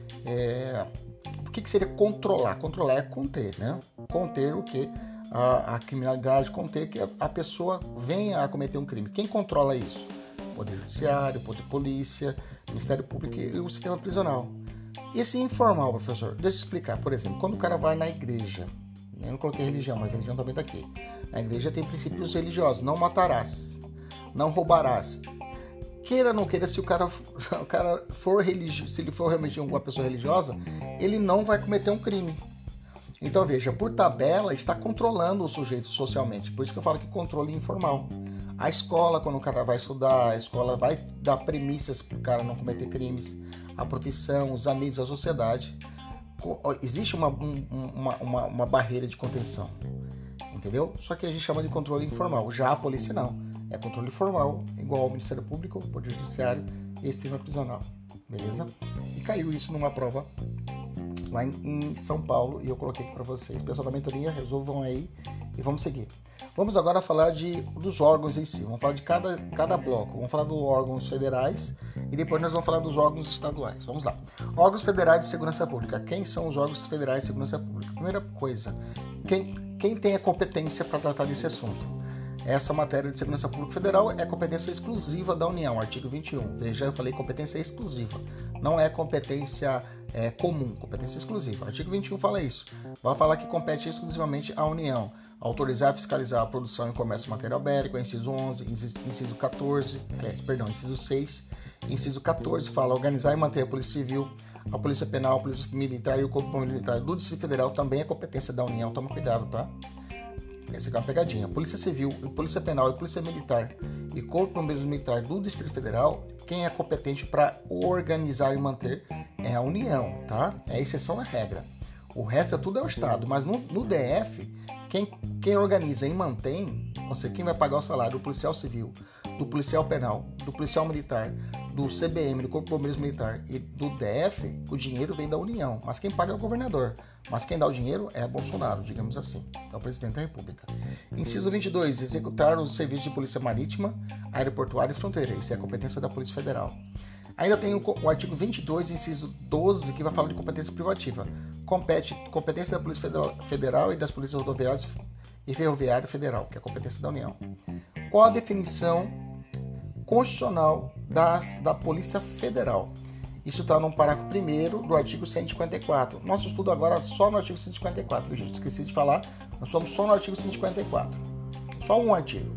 É... O que, que seria controlar? Controlar é conter, né? Conter o quê? A, a criminalidade, conter que a, a pessoa venha a cometer um crime. Quem controla isso? Poder Judiciário, Poder Polícia, Ministério Público e o Sistema Prisional. Esse informal, professor, deixa eu explicar. Por exemplo, quando o cara vai na igreja, eu não coloquei religião, mas religião também está aqui. Na igreja tem princípios religiosos, não matarás, não roubarás. Queira ou não queira, se o cara, o cara for religioso, se ele for realmente uma pessoa religiosa, ele não vai cometer um crime. Então veja, por tabela está controlando o sujeito socialmente. Por isso que eu falo que controle informal. A escola, quando o cara vai estudar, a escola vai dar premissas para o cara não cometer crimes. A profissão, os amigos, a sociedade. Existe uma, uma, uma, uma barreira de contenção. Entendeu? Só que a gente chama de controle informal. Já a polícia não. É controle formal, igual ao Ministério Público, Poder Judiciário e Sistema Prisional. Beleza? E caiu isso numa prova lá em, em São Paulo e eu coloquei aqui para vocês. Pessoal da mentoria, resolvam aí e vamos seguir. Vamos agora falar de, dos órgãos em si, vamos falar de cada, cada bloco, vamos falar dos órgãos federais e depois nós vamos falar dos órgãos estaduais. Vamos lá. Órgãos federais de segurança pública. Quem são os órgãos federais de segurança pública? Primeira coisa, quem, quem tem a competência para tratar desse assunto? Essa matéria de segurança pública federal é competência exclusiva da União, artigo vinte e um. Veja, eu falei competência exclusiva, não é competência é, comum, competência exclusiva. Artigo vinte e um fala isso. Vai falar que compete exclusivamente à União. Autorizar e fiscalizar a produção e comércio de material bélico, inciso onze, inciso catorze, aliás, perdão, inciso seis. Inciso catorze fala organizar e manter a Polícia Civil, a Polícia Penal, a Polícia Militar e o Corpo Militar do Distrito Federal também é competência da União, toma cuidado, tá? Essa aqui é uma pegadinha. Polícia Civil, Polícia Penal e Polícia Militar e Corpo Militar do Distrito Federal, quem é competente para organizar e manter é a União, tá? É exceção à regra. O resto é tudo é o Estado, mas no, no D F, quem, quem organiza e mantém, ou seja, quem vai pagar o salário do policial civil, do policial penal, do policial militar, do C B M, do Corpo de Bombeiros Militar e do D F, o dinheiro vem da União, mas quem paga é o governador. Mas quem dá o dinheiro é Bolsonaro, digamos assim, é o presidente da República. Inciso vinte e dois, executar os serviços de polícia marítima, aeroportuária e fronteira. Isso é a competência da Polícia Federal. Ainda tem o, o artigo vinte e dois, inciso doze, que vai falar de competência privativa. Compete competência da Polícia Federal, Federal e das Polícias Rodoviárias e Ferroviária Federal, que é a competência da União. Qual a definição constitucional das, da Polícia Federal? Isso está no parágrafo primeiro do artigo cento e cinquenta e quatro. Nosso estudo agora só no artigo cento e cinquenta e quatro, viu, gente? Esqueci de falar, nós somos só no artigo cento e cinquenta e quatro. Só um artigo.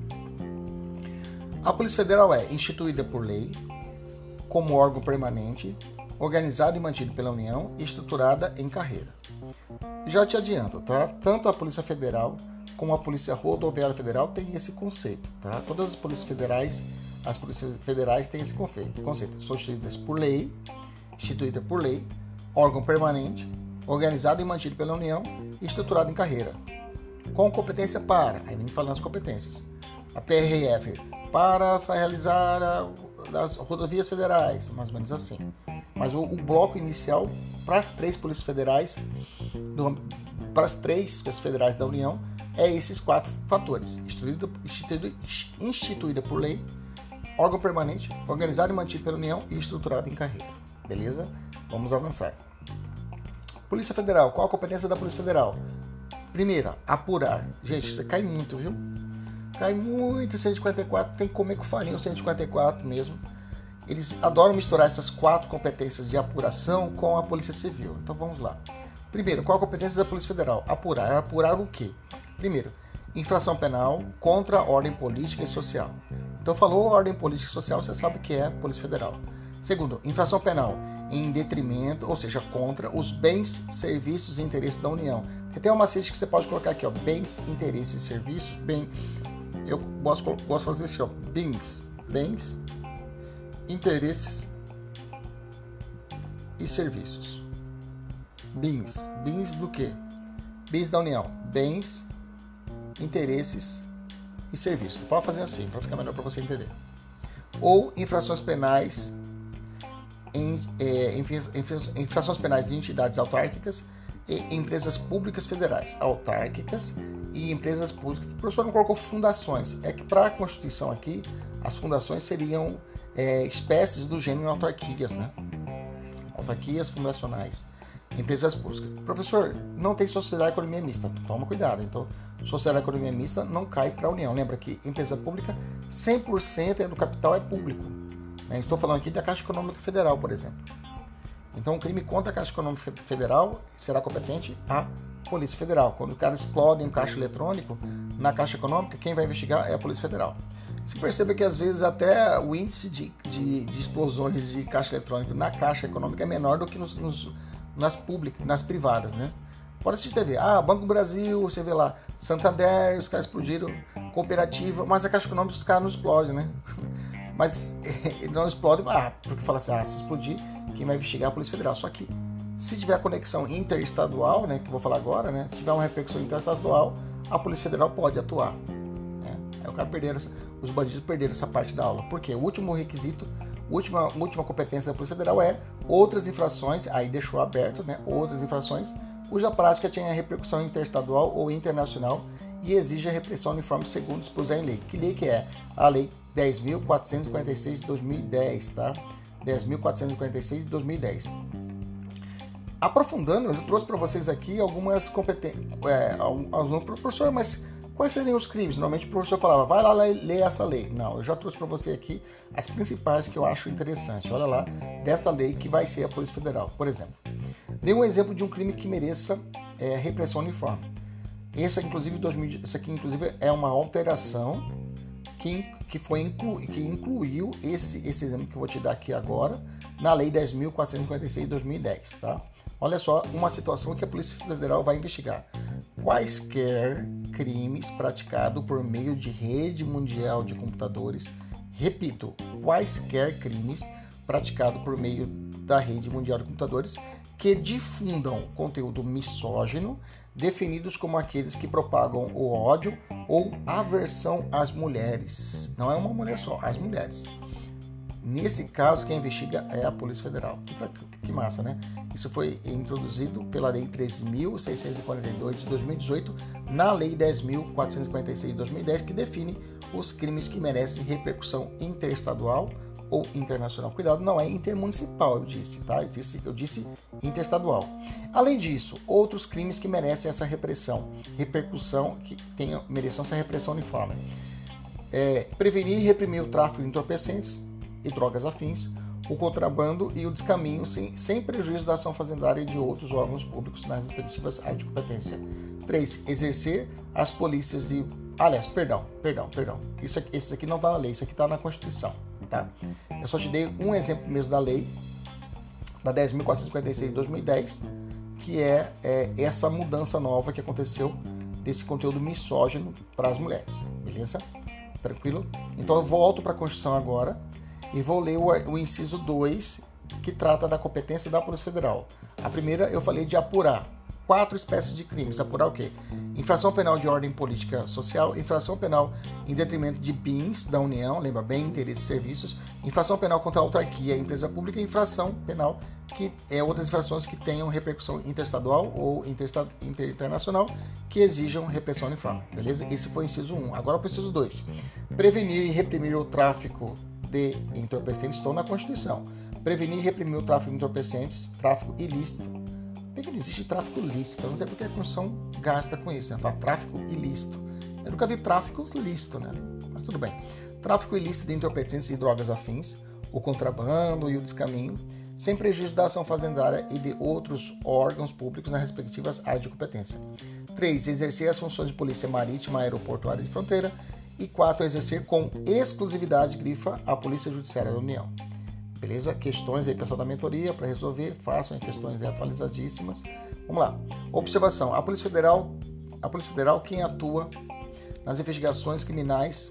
A Polícia Federal é instituída por lei, como órgão permanente, organizado e mantido pela União e estruturada em carreira. Já te adianto, tá? Tanto a Polícia Federal como a Polícia Rodoviária Federal tem esse conceito, tá? Todas as polícias federais, as polícias federais têm esse conceito. conceito. São instituídas por lei, instituída por lei, órgão permanente, organizado e mantido pela União e estruturado em carreira. Com competência para, aí vem falando as competências. A P R F, para realizar a, as rodovias federais, mais ou menos assim. Mas o, o bloco inicial, para as três polícias federais, do, para as três polícias federais da União, é esses quatro fatores. Instituída, instituída, instituída por lei, órgão permanente, organizado e mantido pela União e estruturado em carreira. Beleza? Vamos avançar. Polícia Federal. Qual a competência da Polícia Federal? Primeira, apurar. Gente, você cai muito, viu? Cai muito cento e cinquenta e quatro. Tem que comer com farinha o cento e cinquenta e quatro mesmo. Eles adoram misturar essas quatro competências de apuração com a Polícia Civil. Então vamos lá. Primeiro, qual a competência da Polícia Federal? Apurar. Apurar o quê? Primeiro, infração penal contra a ordem política e social. Então falou ordem política e social, você sabe que é Polícia Federal. Segundo, infração penal em detrimento, ou seja, contra os bens, serviços e interesses da União. Tem até uma macete que você pode colocar aqui, ó, bens, interesses e serviços, bem, eu gosto, gosto de fazer assim, ó, bens, bens, interesses e serviços. Bens, bens do quê? Bens da União, bens, interesses e serviços. Pode fazer assim, para ficar melhor para você entender. Ou infrações penais em, é, infrações penais de entidades autárquicas e empresas públicas federais, autárquicas e empresas públicas. O professor não colocou fundações. É que para a Constituição aqui, as fundações seriam é, espécies do gênero autarquias, né? Autarquias fundacionais. Empresas públicas. Professor, não tem sociedade e economia mista. Toma cuidado. Então, sociedade e economia mista não cai para a União. Lembra que empresa pública, cem por cento do capital é público. Estou falando aqui da Caixa Econômica Federal, por exemplo. Então, o crime contra a Caixa Econômica Federal será competente a Polícia Federal. Quando o cara explode um caixa eletrônico na Caixa Econômica, quem vai investigar é a Polícia Federal. Você percebe que, às vezes, até o índice de, de, de explosões de caixa eletrônico na Caixa Econômica é menor do que nos, nos, nas públicas, nas privadas, né? Pode assistir T V. Ah, Banco do Brasil, você vê lá, Santander, os caras explodiram, Cooperativa, mas a Caixa Econômica os caras não explodem, né? Mas ele não explode, ah, porque fala assim, ah, se explodir, quem vai investigar é a Polícia Federal. Só que se tiver conexão interestadual, né, que eu vou falar agora, né, se tiver uma repercussão interestadual, a Polícia Federal pode atuar. Né? Aí o cara perderam, os bandidos perderam essa parte da aula. Por quê? O último requisito, a última, última competência da Polícia Federal é outras infrações, aí deixou aberto, né, outras infrações, cuja prática tenha repercussão interestadual ou internacional e exige a repressão uniforme segundo dispuser em lei. Que lei que é? A Lei dez mil quatrocentos e quarenta e seis de dois mil e dez, tá? dez mil quatrocentos e quarenta e seis de dois mil e dez. Aprofundando, eu trouxe para vocês aqui algumas competências. É, alguns professor, mas quais seriam os crimes? Normalmente o professor falava, vai lá ler essa lei. Não, eu já trouxe para você aqui as principais que eu acho interessantes. Olha lá, dessa lei que vai ser a Polícia Federal. Por exemplo, dê um exemplo de um crime que mereça é, repressão uniforme. Esse, inclusive, dois mil, esse aqui, inclusive, é uma alteração que, que, foi inclu, que incluiu esse, esse exemplo que eu vou te dar aqui agora na Lei dez mil quatrocentos e quarenta e seis de dois mil e dez, tá? Olha só uma situação que a Polícia Federal vai investigar. Quaisquer crimes praticados por meio de rede mundial de computadores, repito, quaisquer crimes praticados por meio da rede mundial de computadores que difundam conteúdo misógino, definidos como aqueles que propagam o ódio ou aversão às mulheres. Não é uma mulher só, as mulheres. Nesse caso, quem investiga é a Polícia Federal. Que massa, né? Isso foi introduzido pela Lei treze mil seiscentos e quarenta e dois de dois mil e dezoito, na Lei dez mil quatrocentos e quarenta e seis de dois mil e dez, que define os crimes que merecem repercussão interestadual ou internacional. Cuidado, não é intermunicipal, eu disse, tá? Eu disse, eu disse interestadual. Além disso, outros crimes que merecem essa repressão, repercussão, que tenham, mereçam essa repressão uniforme. É, prevenir e reprimir o tráfico de entorpecentes e drogas afins, o contrabando e o descaminho sem, sem prejuízo da ação fazendária e de outros órgãos públicos nas respectivas áreas de competência. três. Exercer as polícias de... Aliás, perdão, perdão, perdão. Isso aqui, esse aqui não está na lei, isso aqui está na Constituição, tá? Eu só te dei um exemplo mesmo da lei, da dez mil quatrocentos e cinquenta e seis de dois mil e dez, que é, é essa mudança nova que aconteceu desse conteúdo misógino para as mulheres, beleza? Tranquilo? Então eu volto para a Constituição agora e vou ler o, o inciso dois, que trata da competência da Polícia Federal. A primeira eu falei de apurar quatro espécies de crimes. Apurar o quê? Infração penal de ordem política social, infração penal em detrimento de bens da União, lembra bem, interesses e serviços, infração penal contra a autarquia e empresa pública, e infração penal que é outras infrações que tenham repercussão interestadual ou internacional que exijam repressão uniforme, beleza? Esse foi o inciso um. Agora o inciso dois. Prevenir e reprimir o tráfico de entorpecentes, estão na Constituição. Prevenir e reprimir o tráfico de entorpecentes, tráfico ilícito. Bem que não existe tráfico lícito, não sei porque a Constituição gasta com isso, né? Fala tráfico ilícito. Eu nunca vi tráfico lícito, né? Mas tudo bem. Tráfico ilícito de entorpecentes e drogas afins, o contrabando e o descaminho, sem prejuízo da ação fazendária e de outros órgãos públicos nas respectivas áreas de competência. três. Exercer as funções de polícia marítima, aeroportuária e de fronteira. E quatro. Exercer com exclusividade, grifa, a Polícia Judiciária da União. Beleza? Questões aí, pessoal da mentoria, para resolver, façam questões aí atualizadíssimas. Vamos lá. Observação. A Polícia Federal, a Polícia Federal, quem atua nas investigações criminais,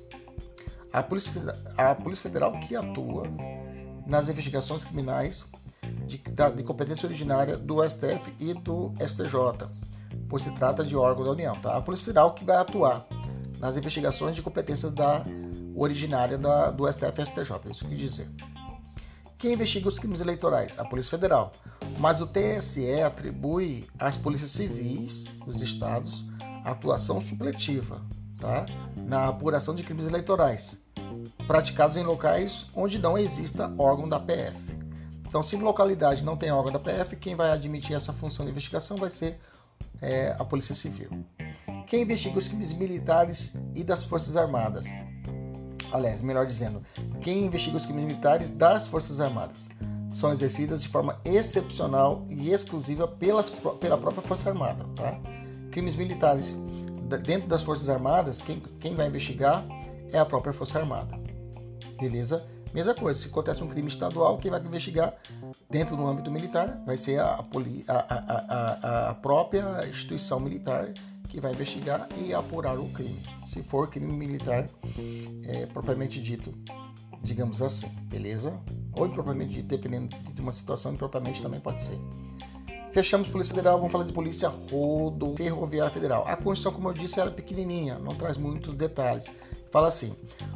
a Polícia, a Polícia Federal que atua nas investigações criminais de, de competência originária do S T F e do S T J, pois se trata de órgão da União, tá? A Polícia Federal que vai atuar nas investigações de competência da originária da, do S T F e S T J, isso quer dizer. Quem investiga os crimes eleitorais? A Polícia Federal. Mas o T S E atribui às polícias civis dos estados atuação supletiva, tá? Na apuração de crimes eleitorais, praticados em locais onde não exista órgão da P F. Então, se localidade não tem órgão da P F, quem vai admitir essa função de investigação vai ser é, a Polícia Civil. Quem investiga os crimes militares e das Forças Armadas? Aliás, melhor dizendo, quem investiga os crimes militares das Forças Armadas são exercidas de forma excepcional e exclusiva pelas, pela própria Força Armada, tá? Crimes militares dentro das Forças Armadas, quem, quem vai investigar é a própria Força Armada, beleza? Mesma coisa, se acontece um crime estadual, quem vai investigar dentro do âmbito militar vai ser a, a, a, a, a própria instituição militar que vai investigar e apurar o crime, se for crime militar é, propriamente dito, digamos assim, beleza? Ou impropriamente dito, dependendo de uma situação, impropriamente também pode ser. Fechamos Polícia Federal, vamos falar de Polícia Rodoviária Federal. A Constituição, como eu disse, ela é pequenininha, não traz muitos detalhes. Fala assim,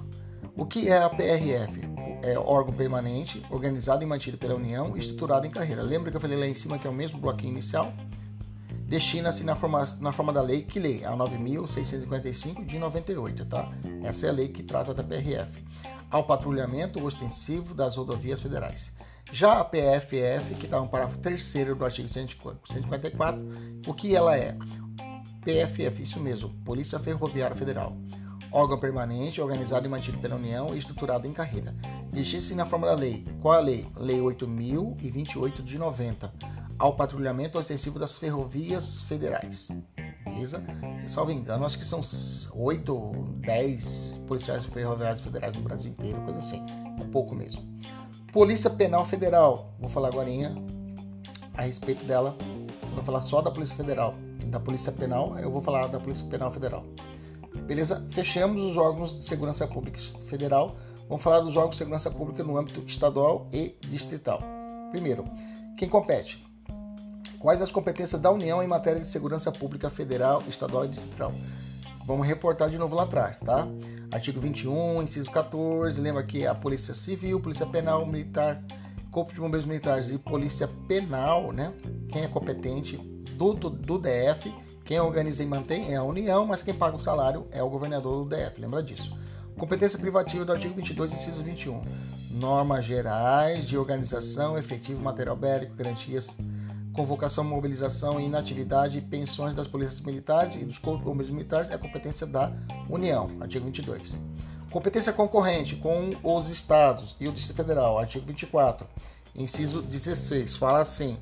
o que é a P R F? É órgão permanente, organizado e mantido pela União e estruturado em carreira. Lembra que eu falei lá em cima que é o mesmo bloquinho inicial? destina-se na forma, na forma da lei, que lei? A nove mil seiscentos e cinquenta e cinco de noventa e oito, tá? Essa é a lei que trata da P R F. Ao patrulhamento ostensivo das rodovias federais. Já a P F F, que está no parágrafo terceiro do artigo cento e cinquenta e quatro, o que ela é? P F F, isso mesmo, Polícia Ferroviária Federal. Órgão permanente, organizado e mantido pela União e estruturado em carreira. Destina-se na forma da lei. Qual é a lei? Lei oito mil e vinte e oito de noventa. Ao patrulhamento ostensivo das ferrovias federais. Beleza? Salvo engano, acho que são oito, dez policiais ferroviários federais no Brasil inteiro, coisa assim. É pouco mesmo. Polícia Penal Federal. Vou falar agora a respeito dela. Vou falar só da Polícia Federal. Da Polícia Penal, eu vou falar da Polícia Penal Federal. Beleza? Fechamos os órgãos de segurança pública federal. Vamos falar dos órgãos de segurança pública no âmbito estadual e distrital. Primeiro, quem compete? Quais as competências da União em matéria de segurança pública federal, estadual e distrital? Vamos reportar de novo lá atrás, tá? Artigo vinte e um, inciso quatorze, lembra que a Polícia Civil, Polícia Penal, Militar, Corpo de Bombeiros Militares e Polícia Penal, né? Quem é competente do, do, do D F, quem organiza e mantém é a União, mas quem paga o salário é o governador do D F, lembra disso. Competência privativa do artigo vinte e dois, inciso vinte e um. Normas gerais de organização, efetivo, material bélico, garantias, convocação, mobilização, inatividade e pensões das polícias militares e dos corpos de bombeiros militares é competência da União, artigo vinte e dois. Competência concorrente com os estados e o Distrito Federal, artigo vinte e quatro, inciso dezesseis, fala assim: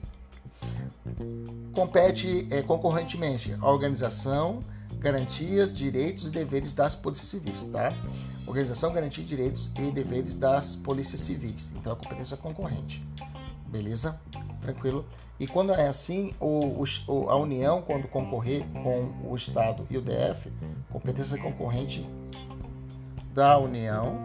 compete é, concorrentemente a organização, garantias, direitos e deveres das polícias civis, tá? Organização, garantia, direitos e deveres das polícias civis. Então, a competência concorrente. Beleza? Tranquilo? E quando é assim, o, o, a União, quando concorrer com o Estado e o D F, competência concorrente da União,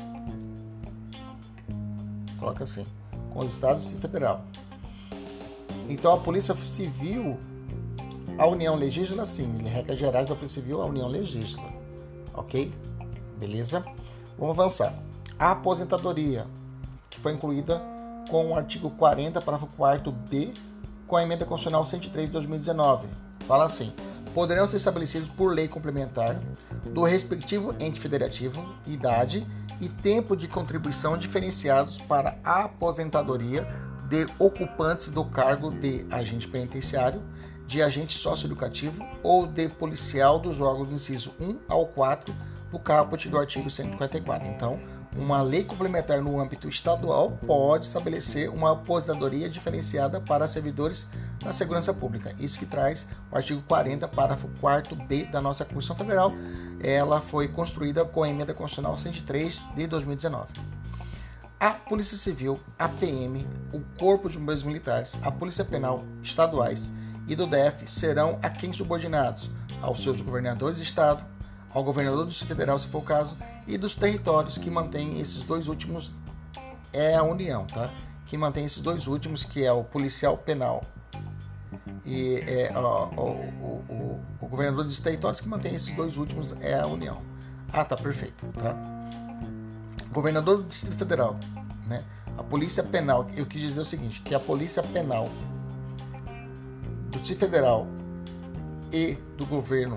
coloca assim, com os Estados e Federal. Então, a Polícia Civil, a União legisla sim, em regras gerais da Polícia Civil, a União legisla. Ok? Beleza? Vamos avançar. A aposentadoria, que foi incluída com o artigo quarenta, parágrafo quarto B, com a emenda constitucional cento e três de dois mil e dezenove. Fala assim: poderão ser estabelecidos por lei complementar do respectivo ente federativo, idade e tempo de contribuição diferenciados para a aposentadoria de ocupantes do cargo de agente penitenciário, de agente socioeducativo ou de policial dos órgãos do inciso um ao quatro do caput do artigo cento e cinquenta e quatro. Então, uma lei complementar no âmbito estadual pode estabelecer uma aposentadoria diferenciada para servidores da segurança pública. Isso que traz o artigo quarenta, parágrafo quarto B da nossa Constituição Federal. Ela foi construída com a emenda constitucional cento e três de dois mil e dezenove. A Polícia Civil, a P M, o Corpo de Bombeiros Militares, a Polícia Penal estaduais e do D F serão a quem subordinados? Aos seus governadores de estado, ao governador do Distrito Federal, se for o caso, e dos territórios que mantêm esses dois últimos é a União, tá? Que mantém esses dois últimos, que é o policial penal e é, ó, o, o, o, o governador dos territórios que mantém esses dois últimos é a União. Ah, tá, perfeito, tá? Governador do Distrito Federal, né? A Polícia Penal, eu quis dizer o seguinte, que a Polícia Penal do Distrito Federal e do governo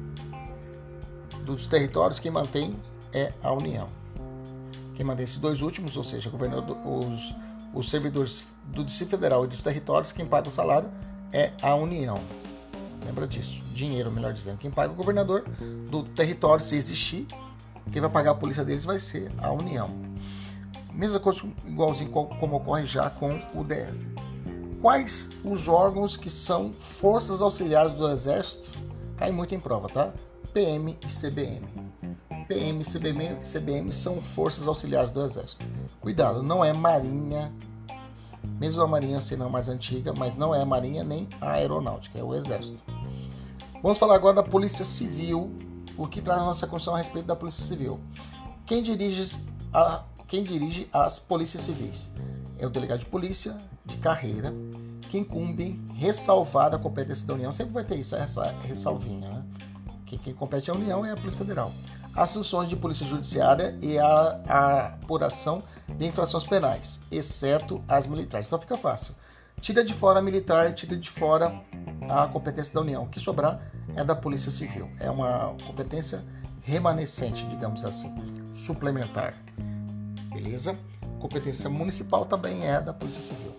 dos territórios, quem mantém é a União. Quem mantém esses dois últimos, ou seja, governador, os, os servidores do Distrito Federal e dos territórios, quem paga o salário é a União. Lembra disso? Dinheiro, melhor dizendo. Quem paga o governador do território, se existir, quem vai pagar a polícia deles vai ser a União. Mesma coisa, igualzinho como ocorre já com o D F. Quais os órgãos que são forças auxiliares do Exército? Cai muito em prova, tá? P M e C B M. P M e C B M, C B M são forças auxiliares do Exército. Cuidado, não é Marinha, mesmo a Marinha sendo a mais antiga, mas não é a Marinha nem a Aeronáutica, é o Exército. Vamos falar agora da Polícia Civil, o que traz a nossa Constituição a respeito da Polícia Civil. Quem dirige, a, quem dirige as polícias civis? É o delegado de polícia de carreira, que incumbe ressalvada a competência da União. Sempre vai ter isso, essa ressalvinha, né? Que quem compete à União é a Polícia Federal. As funções de polícia judiciária e a, a apuração de infrações penais, exceto as militares. Então fica fácil. Tira de fora a militar, tira de fora a competência da União. O que sobrar é da Polícia Civil. É uma competência remanescente, digamos assim, suplementar. Beleza? Competência municipal também é da Polícia Civil.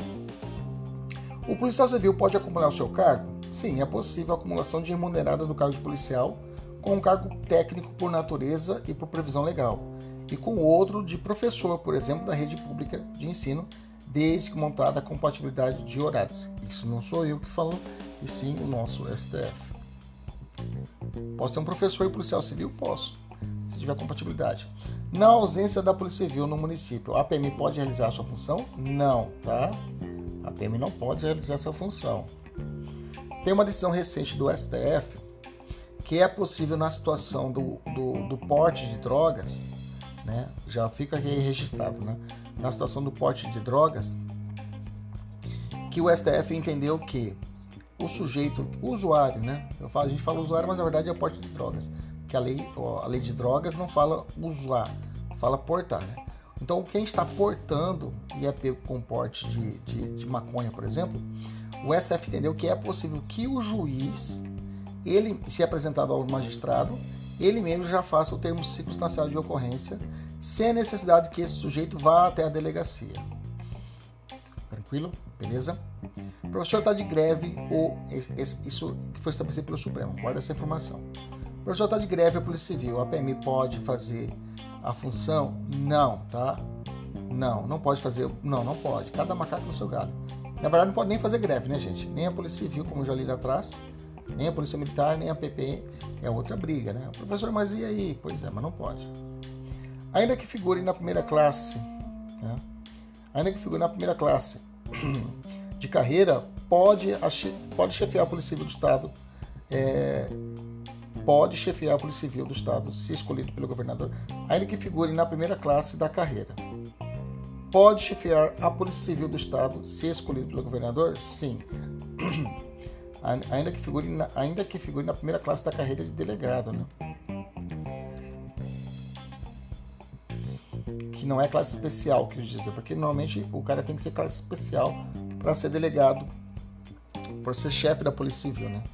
O policial civil pode acumular o seu cargo? Sim, é possível a acumulação de remunerada do cargo de policial com um cargo técnico por natureza e por previsão legal, e com outro de professor, por exemplo, da rede pública de ensino, desde que montada a compatibilidade de horários. Isso não sou eu que falo, e sim o nosso S T F. Posso ter um professor e policial civil? Posso, se tiver compatibilidade. Na ausência da Polícia Civil no município, a P M pode realizar a sua função? Não, tá? A P M não pode realizar essa função. Tem uma decisão recente do S T F que é possível na situação do, do, do porte de drogas, né? Já fica aqui registrado, né? Na situação do porte de drogas, que o S T F entendeu que o sujeito, o usuário, né? Eu falo, a gente fala usuário, mas na verdade é porte de drogas, que a lei, a lei de drogas não fala usar, fala portar, né? Então, quem está portando e é pego com porte de, de, de maconha, por exemplo, o S T F entendeu que é possível que o juiz, ele, se apresentado ao magistrado, ele mesmo já faça o termo circunstancial de ocorrência, sem a necessidade que esse sujeito vá até a delegacia. Tranquilo? Beleza? O professor está de greve, ou isso que foi estabelecido pelo Supremo, guarda essa informação. O professor está de greve, a Polícia Civil, a P M pode fazer a função? Não, tá? Não, não pode fazer, não, não pode. Cada macaco no seu galho. Na verdade, não pode nem fazer greve, né, gente? Nem a Polícia Civil, como eu já li lá atrás, nem a Polícia Militar, nem a P P, é outra briga, né? Professor, mas e aí? Pois é, mas não pode. Ainda que figure na primeira classe, né? Ainda que figure na primeira classe de carreira, pode, pode chefiar a Polícia Civil do Estado, é, pode chefiar a Polícia Civil do Estado, se escolhido pelo governador, ainda que figure na primeira classe da carreira. Pode chefiar a Polícia Civil do Estado, se escolhido pelo governador? Sim. Ainda que figure na, ainda que figure na primeira classe da carreira de delegado, né? Que não é classe especial, quer dizer, porque normalmente o cara tem que ser classe especial para ser delegado, para ser chefe da Polícia Civil, né?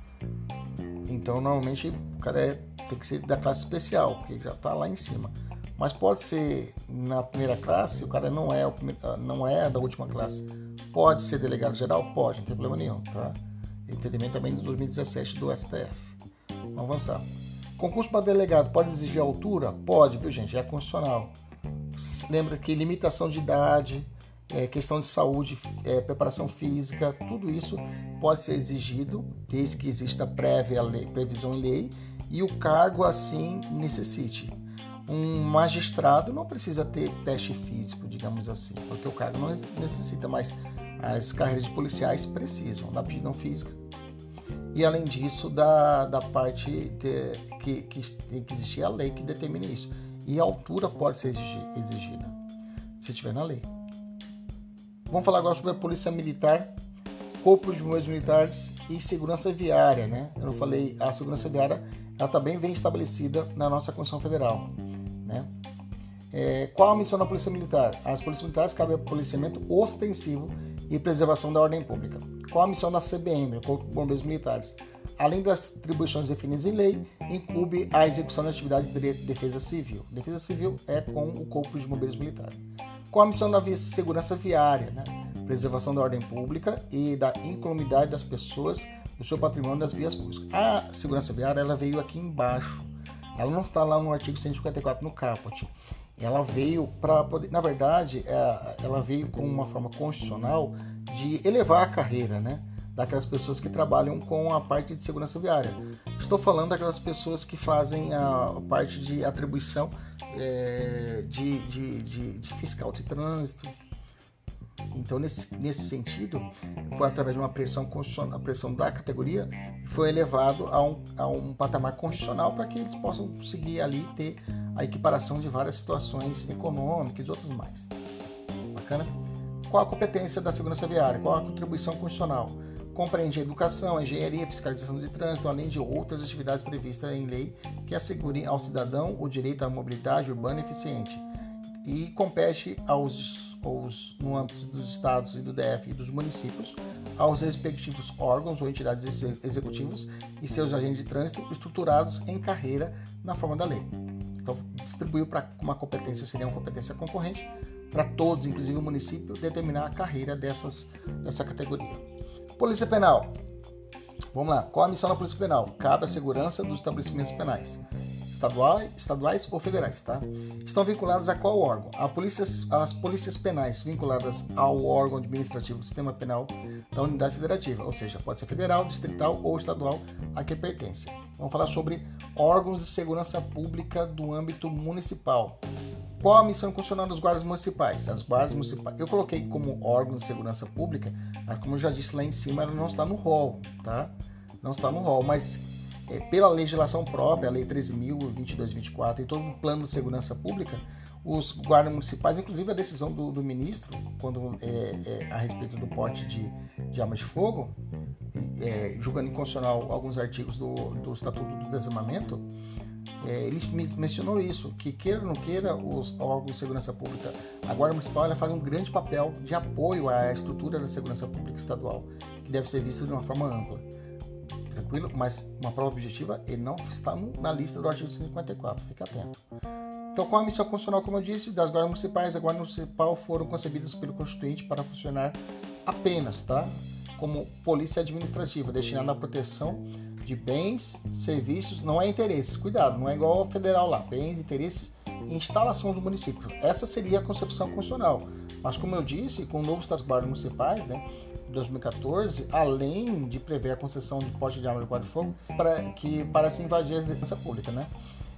Então, normalmente o cara é, tem que ser da classe especial, porque já está lá em cima. Mas pode ser na primeira classe, o cara não é, o primeiro, não é da última classe. Pode ser delegado geral? Pode, não tem problema nenhum, tá? Entendimento também de dois mil e dezessete do S T F. Vamos avançar. Concurso para delegado pode exigir altura? Pode, viu, gente? É constitucional. Lembra que limitação de idade, é, questão de saúde, é, preparação física, tudo isso pode ser exigido desde que exista prévia lei, previsão em lei e o cargo assim necessite. Um magistrado não precisa ter teste físico, digamos assim, porque o cargo não necessita, mas as carreiras de policiais precisam da aptidão física. E além disso, da, da parte de, que, que tem que existir a lei que determine isso. E a altura pode ser exigida, se tiver na lei. Vamos falar agora sobre a Polícia Militar, Corpo de Bombeiros Militares e Segurança Viária, né? Eu não falei, a Segurança Viária, ela também vem estabelecida na nossa Constituição Federal, né? É, qual a missão da Polícia Militar? As Polícias Militares cabem ao policiamento ostensivo e preservação da ordem pública. Qual a missão da C B M, Corpo de Bombeiros Militares? Além das atribuições definidas em lei, incube a execução da atividade de defesa civil. Defesa civil é com o Corpo de Bombeiros Militares. Qual a missão da segurança viária? Né? Preservação da ordem pública e da incolumidade das pessoas, do seu patrimônio das vias públicas. A segurança viária ela veio aqui embaixo. Ela não está lá no artigo cento e cinquenta e quatro no caput. Ela veio para poder, na verdade, ela veio com uma forma constitucional de elevar a carreira, né, daquelas pessoas que trabalham com a parte de segurança viária. Estou falando daquelas pessoas que fazem a parte de atribuição é, de, de, de, de fiscal de trânsito. Então, nesse, nesse sentido, através de uma pressão constitucional, a pressão da categoria, foi elevado a um, a um patamar constitucional para que eles possam conseguir ali ter a equiparação de várias situações econômicas e outros mais. Bacana? Qual a competência da segurança viária? Qual a contribuição constitucional? Compreende a educação, a engenharia, a fiscalização de trânsito, além de outras atividades previstas em lei que assegurem ao cidadão o direito à mobilidade urbana eficiente e compete aos ou os, no âmbito dos estados e do D F e dos municípios, aos respectivos órgãos ou entidades executivas e seus agentes de trânsito estruturados em carreira na forma da lei. Então, distribuiu para uma competência, seria uma competência concorrente, para todos, inclusive o município, determinar a carreira dessas, dessa categoria. Polícia Penal. Vamos lá. Qual a missão da Polícia Penal? Cabe a segurança dos estabelecimentos penais, estaduais, estaduais ou federais, tá? Estão vinculados a qual órgão? A polícia, as polícias penais vinculadas ao órgão administrativo do sistema penal da unidade federativa, ou seja, pode ser federal, distrital ou estadual a que pertence. Vamos falar sobre órgãos de segurança pública do âmbito municipal. Qual a missão constitucional dos guardas municipais? As guardas municipais, eu coloquei como órgãos de segurança pública, mas como eu já disse lá em cima, ela não está no rol, tá? Não está no rol, mas é, pela legislação própria, a Lei treze mil, vinte e dois, vinte e quatro, e todo o plano de segurança pública, os guardas municipais, inclusive a decisão do, do ministro, quando é, é, a respeito do porte de, de armas de fogo, é, julgando inconstitucional alguns artigos do, do Estatuto do Desarmamento, É, ele mencionou isso, que queira ou não queira, os órgãos de segurança pública, a Guarda Municipal, ela faz um grande papel de apoio à estrutura da segurança pública estadual, que deve ser vista de uma forma ampla. Tranquilo? Mas uma prova objetiva, ele não está na lista do artigo cento e cinquenta e quatro, fica atento. Então, qual a missão constitucional, como eu disse, das guardas municipais? As guardas municipais foram concebidas pelo Constituinte para funcionar apenas, tá? Como polícia administrativa, destinada à proteção de bens, serviços, não é interesses, cuidado, não é igual ao federal lá, bens, interesses e instalações do município. Essa seria a concepção constitucional. Mas como eu disse, com o novo Estatuto dos Guardas Municipais, né, de dois mil e catorze, além de prever a concessão de porte de arma de guarda de fogo, para, que parece invadir a segurança pública, né?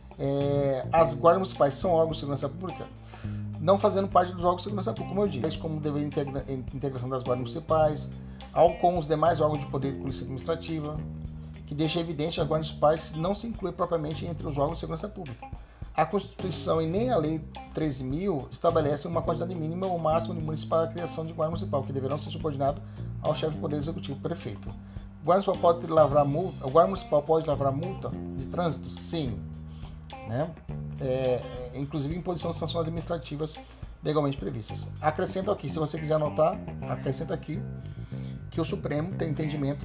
É, as guardas municipais são órgãos de segurança pública, não fazendo parte dos órgãos de segurança pública, como eu disse, como deveria integra, integração das guardas municipais, ao com os demais órgãos de poder de polícia administrativa, que deixa evidente que as guardas municipais não se incluem propriamente entre os órgãos de segurança pública. A Constituição e nem a Lei treze mil estabelecem uma quantidade mínima ou máxima de municípios para a criação de guarda municipal, que deverão ser subordinados ao chefe do Poder Executivo, prefeito. O guarda municipal pode lavrar multa, o guarda municipal pode lavrar multa de trânsito? Sim. Né? É, inclusive imposição de sanções administrativas legalmente previstas. Acrescento aqui, se você quiser anotar, acrescento aqui que o Supremo tem entendimento.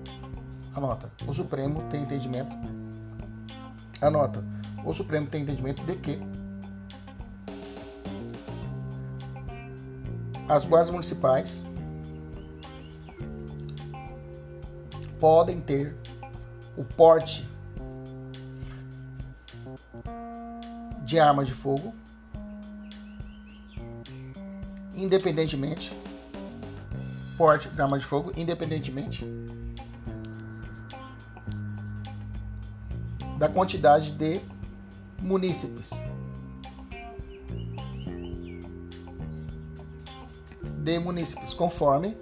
Anota. O Supremo tem entendimento. Anota. O Supremo tem entendimento de que as guardas municipais podem ter o porte de arma de fogo, independentemente, porte de arma de fogo, independentemente da quantidade de munícipes, de munícipes, conforme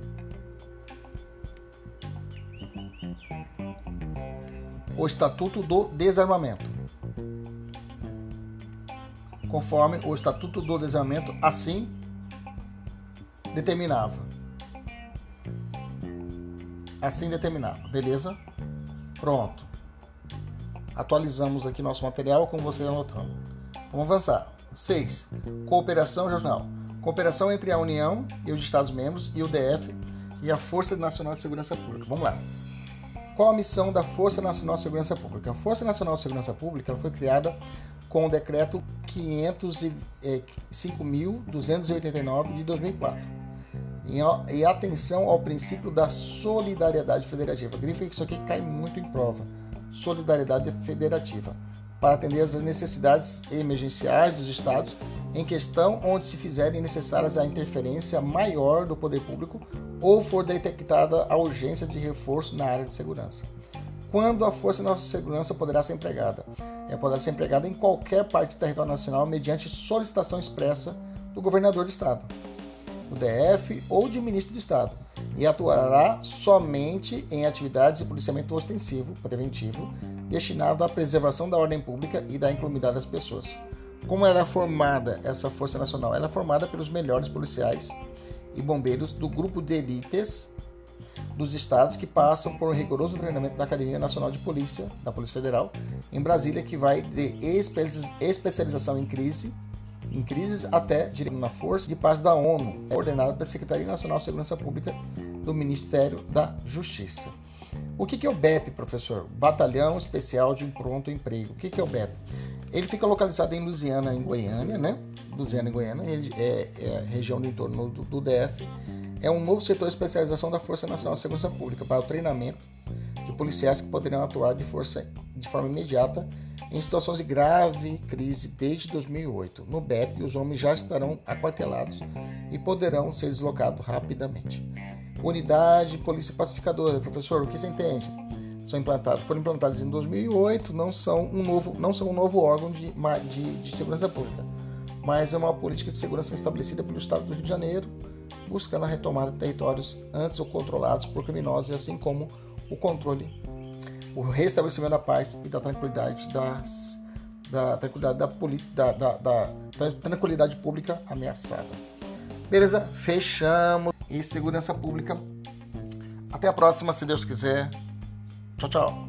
o Estatuto do Desarmamento, conforme o Estatuto do Desarmamento assim determinava, assim determinava, beleza? Pronto. Atualizamos aqui nosso material com você anotando. Vamos avançar. seis. Cooperação regional. Cooperação entre a União e os Estados-membros e o D F e a Força Nacional de Segurança Pública. Vamos lá. Qual a missão da Força Nacional de Segurança Pública? A Força Nacional de Segurança Pública ela foi criada com o Decreto quinhentos e cinco mil duzentos e oitenta e nove de dois mil e quatro. E atenção ao princípio da solidariedade federativa. Grife que isso aqui cai muito em prova. Solidariedade federativa, para atender às necessidades emergenciais dos estados em questão onde se fizerem necessárias a interferência maior do poder público ou for detectada a urgência de reforço na área de segurança. Quando a Força Nacional de Segurança poderá ser empregada? Ela poderá ser empregada em qualquer parte do território nacional mediante solicitação expressa do governador do estado, do D F ou de ministro de estado, e atuará somente em atividades de policiamento ostensivo, preventivo, destinado à preservação da ordem pública e da incolumidade das pessoas. Como ela é formada, essa Força Nacional? Ela é formada pelos melhores policiais e bombeiros do grupo de elites dos estados que passam por um rigoroso treinamento da Academia Nacional de Polícia, da Polícia Federal, em Brasília, que vai de especialização em crise, em crises até direito na Força de Paz da ONU, coordenada pela Secretaria Nacional de Segurança Pública do Ministério da Justiça. O que é o B E P, professor? Batalhão Especial de Pronto Emprego. O que é o B E P? Ele fica localizado em Lusiana, em Goiânia, né? Lusiana, em Goiânia, é, é a região do entorno do, do D F. É um novo setor de especialização da Força Nacional de Segurança Pública para o treinamento de policiais que poderão atuar de, força, de forma imediata em situações de grave crise desde dois mil e oito. No B E P, os homens já estarão aquartelados e poderão ser deslocados rapidamente. Unidade de Polícia Pacificadora. Professor, o que você entende? São implantados, foram implantados em dois mil e oito, não são um novo, não são um novo órgão de, de, de segurança pública, mas é uma política de segurança estabelecida pelo Estado do Rio de Janeiro, buscando a retomada de territórios antes ou controlados por criminosos, assim como o controle, o restabelecimento da paz e da tranquilidade, das, da, tranquilidade da, da, da, da, da tranquilidade pública ameaçada. Beleza? Fechamos. E segurança pública. Até a próxima, se Deus quiser. Tchau, tchau.